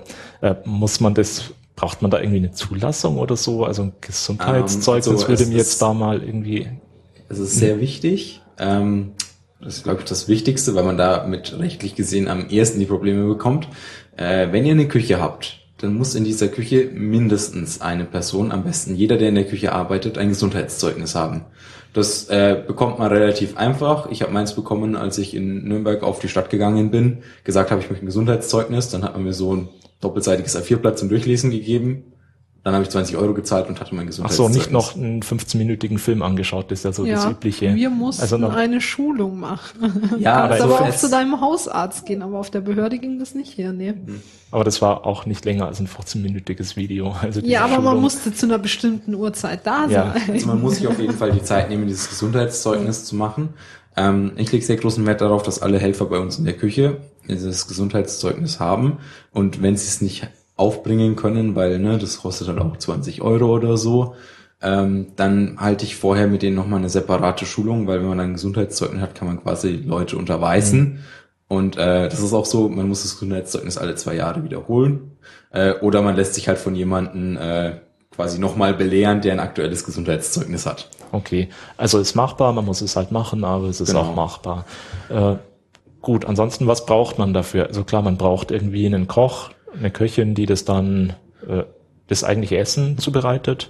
braucht man da irgendwie eine Zulassung oder so? Also ein Gesundheitszeugnis würde mir jetzt da mal irgendwie... Es ist sehr wichtig. Das ist, glaube ich, das Wichtigste, weil man da mit rechtlich gesehen am ehesten die Probleme bekommt. Wenn ihr eine Küche habt, dann muss in dieser Küche mindestens eine Person, am besten jeder, der in der Küche arbeitet, ein Gesundheitszeugnis haben. Das bekommt man relativ einfach. Ich habe meins bekommen, als ich in Nürnberg auf die Stadt gegangen bin, gesagt habe, ich möchte ein Gesundheitszeugnis. Dann hat man mir so ein doppelseitiges A4-Blatt zum Durchlesen gegeben. Dann habe ich 20 € gezahlt und hatte mein Gesundheitszeugnis. Ach so, nicht noch einen 15-minütigen Film angeschaut, das ist ja so das Übliche. Wir mussten eine Schulung machen. Ja, aber auch zu deinem Hausarzt gehen, aber auf der Behörde ging das nicht her, ne? Aber das war auch nicht länger als ein 14-minütiges Video. Also aber man musste zu einer bestimmten Uhrzeit da sein. Also man muss sich auf jeden Fall die Zeit nehmen, dieses Gesundheitszeugnis zu machen. Ich lege sehr großen Wert darauf, dass alle Helfer bei uns in der Küche dieses Gesundheitszeugnis haben. Und wenn sie es nicht aufbringen können, weil das kostet halt auch 20 € oder so, dann halte ich vorher mit denen nochmal eine separate Schulung, weil wenn man ein Gesundheitszeugnis hat, kann man quasi Leute unterweisen. Und das ist auch so, man muss das Gesundheitszeugnis alle 2 Jahre wiederholen. Oder man lässt sich halt von jemandem quasi nochmal belehren, der ein aktuelles Gesundheitszeugnis hat. Okay, also ist machbar, man muss es halt machen, aber es ist auch machbar. Gut, ansonsten, was braucht man dafür? Also klar, man braucht irgendwie einen Koch, eine Köchin, die das dann das eigentliche Essen zubereitet.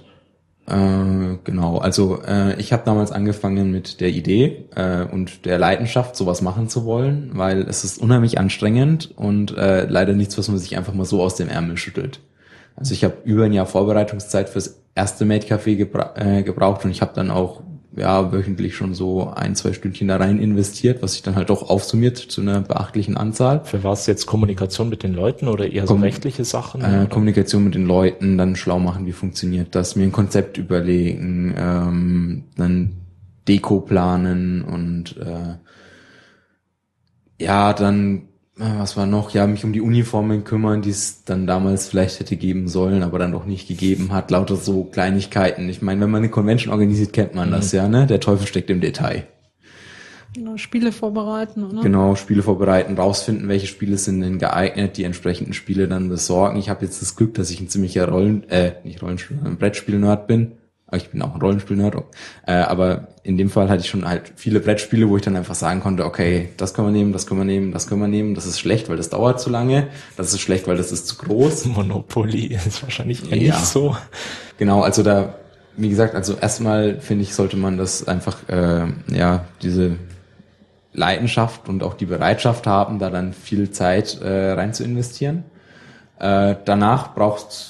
Genau, also ich habe damals angefangen mit der Idee und der Leidenschaft, sowas machen zu wollen, weil es ist unheimlich anstrengend und leider nichts, was man sich einfach mal so aus dem Ärmel schüttelt. Also ich habe über ein Jahr Vorbereitungszeit fürs erste Maid-Café gebraucht und ich habe dann auch wöchentlich schon so 1-2 Stündchen da rein investiert, was sich dann halt doch aufsummiert zu einer beachtlichen Anzahl. Für was jetzt Kommunikation mit den Leuten oder eher so rechtliche Sachen? Kommunikation mit den Leuten, dann schlau machen, wie funktioniert das, mir ein Konzept überlegen, dann Deko planen und dann was war noch? Ja, mich um die Uniformen kümmern, die es dann damals vielleicht hätte geben sollen, aber dann doch nicht gegeben hat. Lauter so Kleinigkeiten. Ich meine, wenn man eine Convention organisiert, kennt man das ja, ne? Der Teufel steckt im Detail. Genau, Spiele vorbereiten, oder? Genau, Spiele vorbereiten, rausfinden, welche Spiele sind denn geeignet, die entsprechenden Spiele dann besorgen. Ich habe jetzt das Glück, dass ich ein ziemlicher ein Brettspiel-Nerd bin. Aber ich bin auch ein Rollenspiel-Nerd. Aber in dem Fall hatte ich schon halt viele Brettspiele, wo ich dann einfach sagen konnte, okay, das können wir nehmen, das können wir nehmen, das können wir nehmen. Das ist schlecht, weil das dauert zu lange. Das ist schlecht, weil das ist zu groß. Monopoly ist wahrscheinlich Ja. nicht so. Genau, also da, wie gesagt, also erstmal finde ich, sollte man das einfach, diese Leidenschaft und auch die Bereitschaft haben, da dann viel Zeit rein zu investieren. Danach braucht's,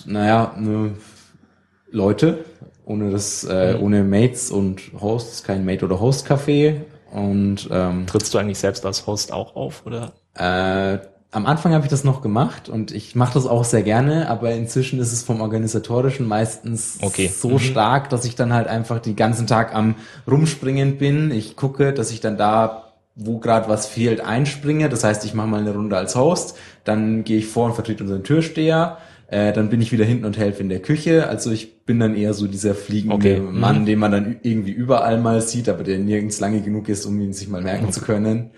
Leute, ohne Mates und Hosts, kein Mate- oder Host-Café. Und trittst du eigentlich selbst als Host auch auf, oder? am Anfang habe ich das noch gemacht und ich mache das auch sehr gerne, aber inzwischen ist es vom Organisatorischen meistens so stark, dass ich dann halt einfach den ganzen Tag am Rumspringen bin. Ich gucke, dass ich dann da, wo gerade was fehlt, einspringe. Das heißt, ich mache mal eine Runde als Host, dann gehe ich vor und vertrete unseren Türsteher, dann bin ich wieder hinten und helfe in der Küche. Also ich bin dann eher so dieser fliegende Mann, den man dann irgendwie überall mal sieht, aber der nirgends lange genug ist, um ihn sich mal merken zu können.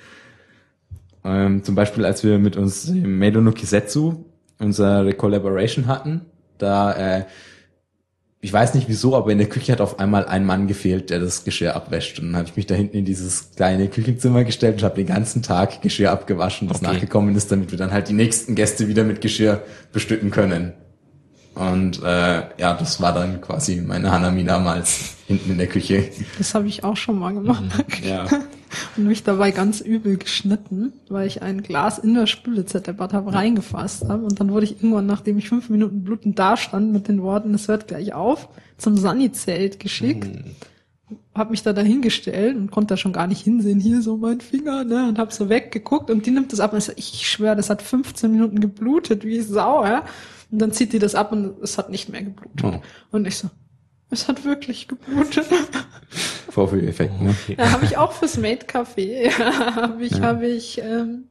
Zum Beispiel, als wir mit uns Meido no Kisetsu unsere Collaboration hatten, da ich weiß nicht wieso, aber in der Küche hat auf einmal ein Mann gefehlt, der das Geschirr abwäscht. Und dann habe ich mich da hinten in dieses kleine Küchenzimmer gestellt und habe den ganzen Tag Geschirr abgewaschen, das nachgekommen ist, damit wir dann halt die nächsten Gäste wieder mit Geschirr bestücken können. Und das war dann quasi meine Hanami damals hinten in der Küche. Das habe ich auch schon mal gemacht. Ja. Und mich dabei ganz übel geschnitten, weil ich ein Glas in der Spüle zerdeppert habe, reingefasst habe. Und dann wurde ich irgendwann, nachdem ich 5 Minuten blutend dastand, mit den Worten, es hört gleich auf, zum Sani-Zelt geschickt. Hab mich da dahingestellt und konnte da schon gar nicht hinsehen, hier so mein Finger, ne, und hab so weggeguckt und die nimmt das ab und ich schwöre, das hat 15 Minuten geblutet, wie Sau, ja. Und dann zieht die das ab und es hat nicht mehr geblutet. Oh. Und ich so, es hat wirklich geblutet. Vorführeffekt, ne? Ja, habe ich auch fürs Made Café, habe ich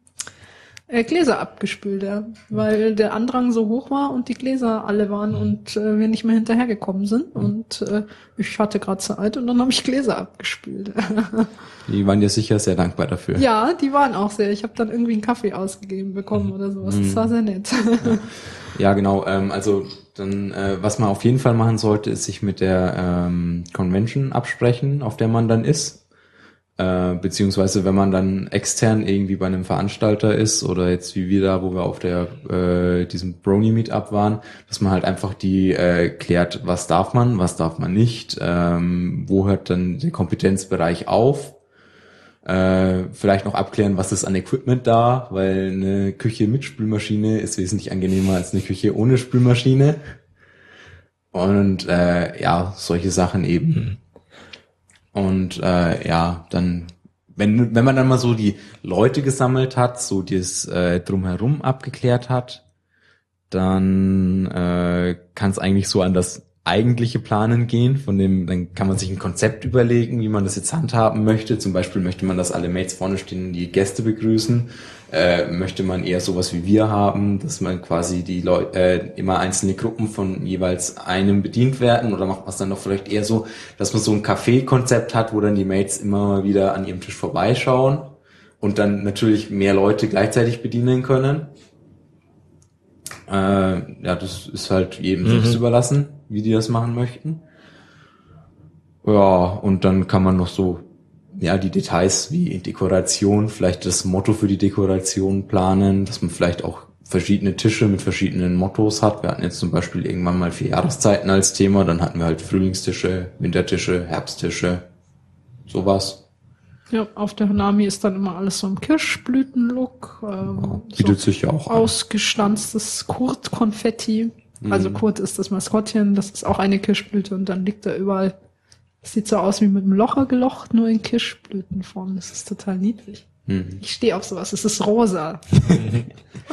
Gläser abgespült, ja, weil der Andrang so hoch war und die Gläser alle waren und wir nicht mehr hinterhergekommen sind und ich hatte gerade Zeit und dann habe ich Gläser abgespült. Die waren dir sicher sehr dankbar dafür. Ja, die waren auch sehr. Ich habe dann irgendwie einen Kaffee ausgegeben bekommen oder sowas. Das war sehr nett. Ja, genau. Also dann, was man auf jeden Fall machen sollte, ist sich mit der Convention absprechen, auf der man dann ist. Beziehungsweise wenn man dann extern irgendwie bei einem Veranstalter ist oder jetzt wie wir da, wo wir auf der diesem Brony-Meetup waren, dass man halt einfach die klärt, was darf man nicht, wo hört dann der Kompetenzbereich auf. Vielleicht noch abklären, was ist an Equipment da, weil eine Küche mit Spülmaschine ist wesentlich angenehmer als eine Küche ohne Spülmaschine. Und solche Sachen eben. Und dann, wenn man dann mal so die Leute gesammelt hat, so das Drumherum abgeklärt hat, dann kann es eigentlich so an das eigentliche Planen gehen, dann kann man sich ein Konzept überlegen, wie man das jetzt handhaben möchte. Zum Beispiel möchte man, dass alle Mates vorne stehen und die Gäste begrüßen. Möchte man eher sowas wie wir haben, dass man quasi die Leute immer einzelne Gruppen von jeweils einem bedient werden, oder macht man es dann noch vielleicht eher so, dass man so ein Café-Konzept hat, wo dann die Mates immer mal wieder an ihrem Tisch vorbeischauen und dann natürlich mehr Leute gleichzeitig bedienen können. Das ist halt jedem selbst überlassen, wie die das machen möchten. Ja, und dann kann man noch so die Details wie Dekoration, vielleicht das Motto für die Dekoration planen, dass man vielleicht auch verschiedene Tische mit verschiedenen Mottos hat. Wir hatten jetzt zum Beispiel irgendwann mal 4 Jahreszeiten als Thema, dann hatten wir halt Frühlingstische, Wintertische, Herbsttische, sowas. Ja, auf der Hanami ist dann immer alles so im Kirschblütenlook. Bietet sich ja auch an. Ausgestanztes Kurt-Konfetti. Also Kurt ist das Maskottchen, das ist auch eine Kirschblüte und dann liegt da überall. Das sieht so aus wie mit einem Locher gelocht, nur in Kirschblütenform. Das ist total niedlich. Ich stehe auf sowas. Es ist rosa.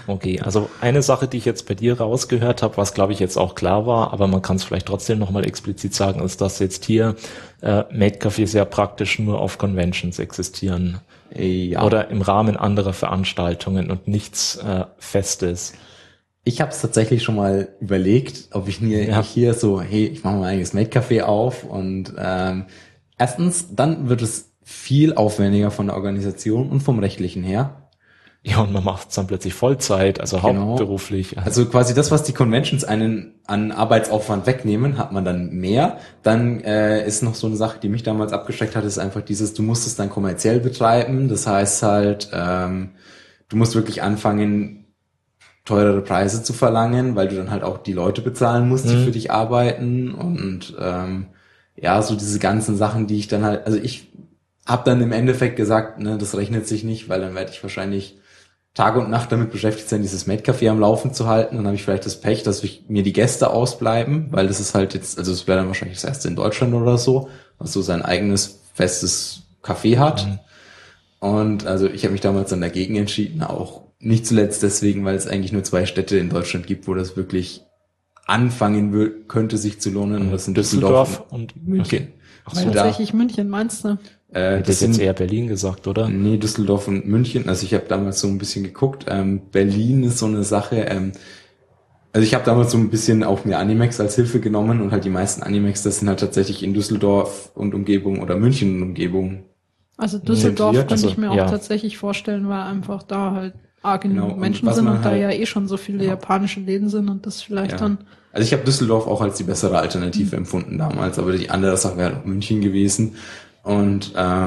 Okay, also eine Sache, die ich jetzt bei dir rausgehört habe, was glaube ich jetzt auch klar war, aber man kann es vielleicht trotzdem nochmal explizit sagen, ist, dass jetzt hier Maid-Cafés ja praktisch nur auf Conventions existieren. Ja. Oder im Rahmen anderer Veranstaltungen und nichts Festes. Ich habe es tatsächlich schon mal überlegt, ob ich hier so, hey, ich mache mein eigenes Maid-Café auf und erstens, dann wird es viel aufwendiger von der Organisation und vom Rechtlichen her. Ja, und man macht es dann plötzlich Vollzeit, also hauptberuflich. Also quasi das, was die Conventions einen an Arbeitsaufwand wegnehmen, hat man dann mehr. Dann ist noch so eine Sache, die mich damals abgeschreckt hat, ist einfach dieses, du musst es dann kommerziell betreiben. Das heißt halt, du musst wirklich anfangen, teurere Preise zu verlangen, weil du dann halt auch die Leute bezahlen musst, die für dich arbeiten. Und ja, so diese ganzen Sachen, die ich dann halt, also ich habe dann im Endeffekt gesagt, ne, das rechnet sich nicht, weil dann werde ich wahrscheinlich Tag und Nacht damit beschäftigt sein, dieses Maid-Café am Laufen zu halten. Dann habe ich vielleicht das Pech, dass mir die Gäste ausbleiben, weil das ist halt jetzt, also es wäre dann wahrscheinlich das erste in Deutschland oder so, was so sein eigenes festes Café hat. Und also ich habe mich damals dann dagegen entschieden, auch nicht zuletzt deswegen, weil es eigentlich nur 2 Städte in Deutschland gibt, wo das wirklich anfangen könnte, sich zu lohnen. Und das sind Düsseldorf und München. Okay. Ach so. Tatsächlich München, meinst du? Das ist jetzt eher Berlin gesagt, oder? Nee, Düsseldorf und München. Also ich habe damals so ein bisschen geguckt. Berlin ist so eine Sache. Also ich habe damals so ein bisschen auch mir Animex als Hilfe genommen und halt die meisten Animex, das sind halt tatsächlich in Düsseldorf und Umgebung oder München und Umgebung. Also Düsseldorf könnte ich mir auch tatsächlich vorstellen, weil einfach da halt arg genug Menschen sind und da ja eh schon so viele japanische Läden sind und das vielleicht dann... Also ich habe Düsseldorf auch als die bessere Alternative empfunden damals, aber die andere Sache wäre halt auch München gewesen. Und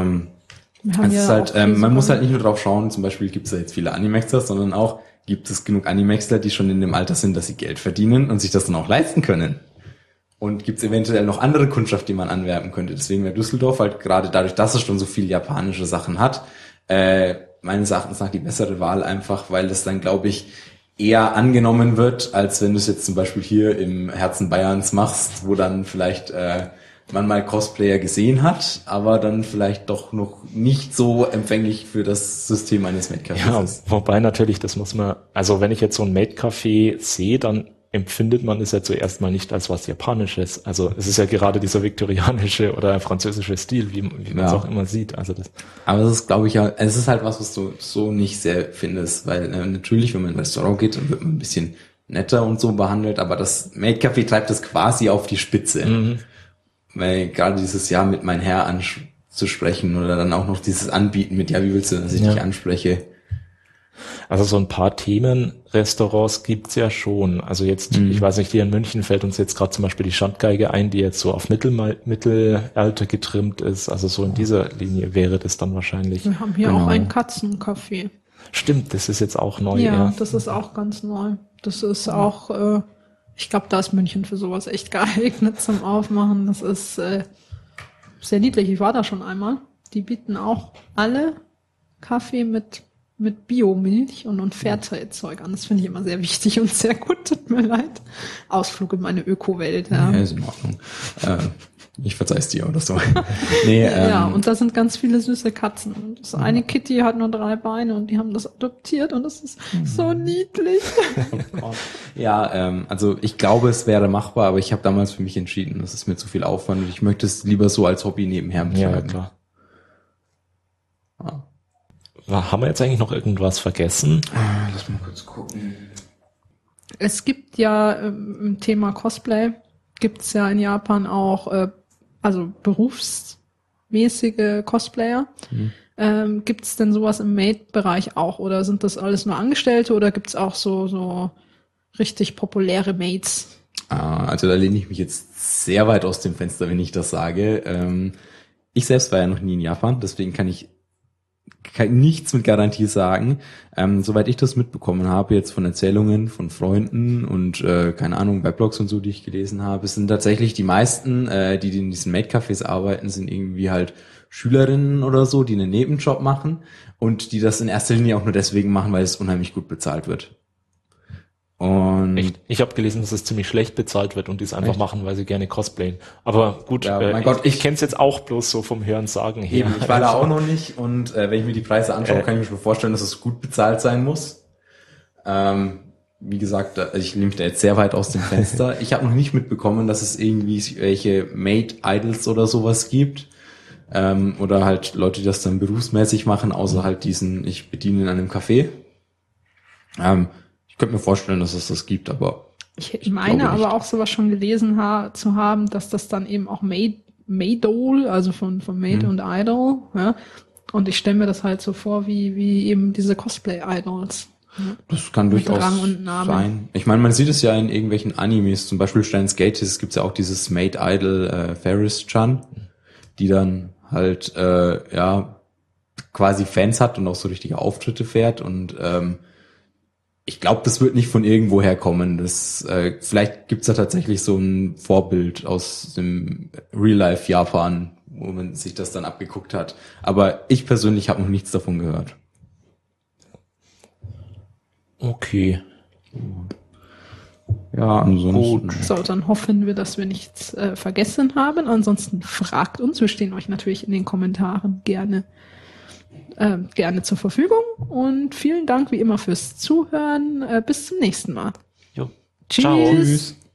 es ist halt, man muss halt nicht nur drauf schauen, zum Beispiel gibt es da jetzt viele Animexer, sondern auch gibt es genug Animexer, die schon in dem Alter sind, dass sie Geld verdienen und sich das dann auch leisten können. Und gibt es eventuell noch andere Kundschaft, die man anwerben könnte. Deswegen wäre Düsseldorf halt gerade dadurch, dass es schon so viele japanische Sachen hat, meines Erachtens nach die bessere Wahl einfach, weil das dann, glaube ich, eher angenommen wird, als wenn du es jetzt zum Beispiel hier im Herzen Bayerns machst, wo dann vielleicht man mal Cosplayer gesehen hat, aber dann vielleicht doch noch nicht so empfänglich für das System eines Maid-Cafés ist. Wobei natürlich, das muss man, also wenn ich jetzt so ein Maid-Café sehe, dann empfindet man es ja zuerst mal nicht als was Japanisches. Also es ist ja gerade dieser viktorianische oder französische Stil, wie man es auch immer sieht. Also das. Aber das ist, glaube ich, ja, es ist halt was du so nicht sehr findest, weil natürlich, wenn man in ein Restaurant geht, dann wird man ein bisschen netter und so behandelt, aber das Maid-Café treibt das quasi auf die Spitze. Weil gerade dieses Jahr mit mein Herr anzusprechen oder dann auch noch dieses Anbieten mit, wie willst du, dass ich dich anspreche? Also so ein paar Themenrestaurants gibt's ja schon. Also jetzt, ich weiß nicht, hier in München fällt uns jetzt gerade zum Beispiel die Schandgeige ein, die jetzt so auf Mittelalter getrimmt ist. Also so in dieser Linie wäre das dann wahrscheinlich. Wir haben hier auch ein Katzencafé. Stimmt, das ist jetzt auch neu. Ja, das ist auch ganz neu. Das ist auch, ich glaube, da ist München für sowas echt geeignet zum Aufmachen. Das ist sehr niedlich. Ich war da schon einmal. Die bieten auch alle Kaffee mit Biomilch und Fairtrade-Zeug an. Das finde ich immer sehr wichtig und sehr gut. Tut mir leid. Ausflug in meine Öko-Welt. Ja, ist in Ordnung. Ich verzeih's dir oder so. Nee, ja, und da sind ganz viele süße Katzen. Und das eine Kitty hat nur 3 Beine und die haben das adoptiert und das ist so niedlich. Ja, also ich glaube, es wäre machbar, aber ich habe damals für mich entschieden, das ist mir zu viel Aufwand und ich möchte es lieber so als Hobby nebenher betreiben. Ja, klar. Haben wir jetzt eigentlich noch irgendwas vergessen? Lass mal kurz gucken. Es gibt ja im Thema Cosplay, gibt's ja in Japan auch also berufsmäßige Cosplayer. Gibt's denn sowas im Maid-Bereich auch oder sind das alles nur Angestellte oder gibt's auch so richtig populäre Maids? Also da lehne ich mich jetzt sehr weit aus dem Fenster, wenn ich das sage. Ich selbst war ja noch nie in Japan, deswegen kann ich nichts mit Garantie sagen. Soweit ich das mitbekommen habe, jetzt von Erzählungen von Freunden und keine Ahnung, bei Blogs und so, die ich gelesen habe, sind tatsächlich die meisten, die in diesen Maid-Cafés arbeiten, sind irgendwie halt Schülerinnen oder so, die einen Nebenjob machen und die das in erster Linie auch nur deswegen machen, weil es unheimlich gut bezahlt wird. Und ich habe gelesen, dass es ziemlich schlecht bezahlt wird und die es einfach machen, weil sie gerne cosplayen. Aber gut, mein Gott, ich kenne es jetzt auch bloß so vom Hörensagen her. Eben, ich war da auch noch nicht und wenn ich mir die Preise anschaue, kann ich mir schon vorstellen, dass es gut bezahlt sein muss. Wie gesagt, ich lehne mich da jetzt sehr weit aus dem Fenster. Ich habe noch nicht mitbekommen, dass es irgendwie welche Maid-Idols oder sowas gibt. Oder halt Leute, die das dann berufsmäßig machen, außer halt ich bediene in einem Café. Ich könnte mir vorstellen, dass es das gibt, aber ich meine aber auch sowas schon gelesen zu haben, dass das dann eben auch Maidol, also von Maid und Idol, ja. Und ich stelle mir das halt so vor, wie eben diese Cosplay-Idols. Ja. Das kann durchaus sein. Ich meine, man sieht es ja in irgendwelchen Animes, zum Beispiel Steins Gate, es gibt ja auch dieses Maid Idol Ferris-chan, die dann halt quasi Fans hat und auch so richtige Auftritte fährt und ich glaube, das wird nicht von irgendwo herkommen. Vielleicht gibt's da tatsächlich so ein Vorbild aus dem Real-Life Japan, wo man sich das dann abgeguckt hat. Aber ich persönlich habe noch nichts davon gehört. Okay. Ja, ansonsten. Gut. So, dann hoffen wir, dass wir nichts vergessen haben. Ansonsten fragt uns. Wir stehen euch natürlich in den Kommentaren gerne zur Verfügung. Und vielen Dank wie immer fürs Zuhören. Bis zum nächsten Mal. Jo. Tschüss. Ciao. Tschüss.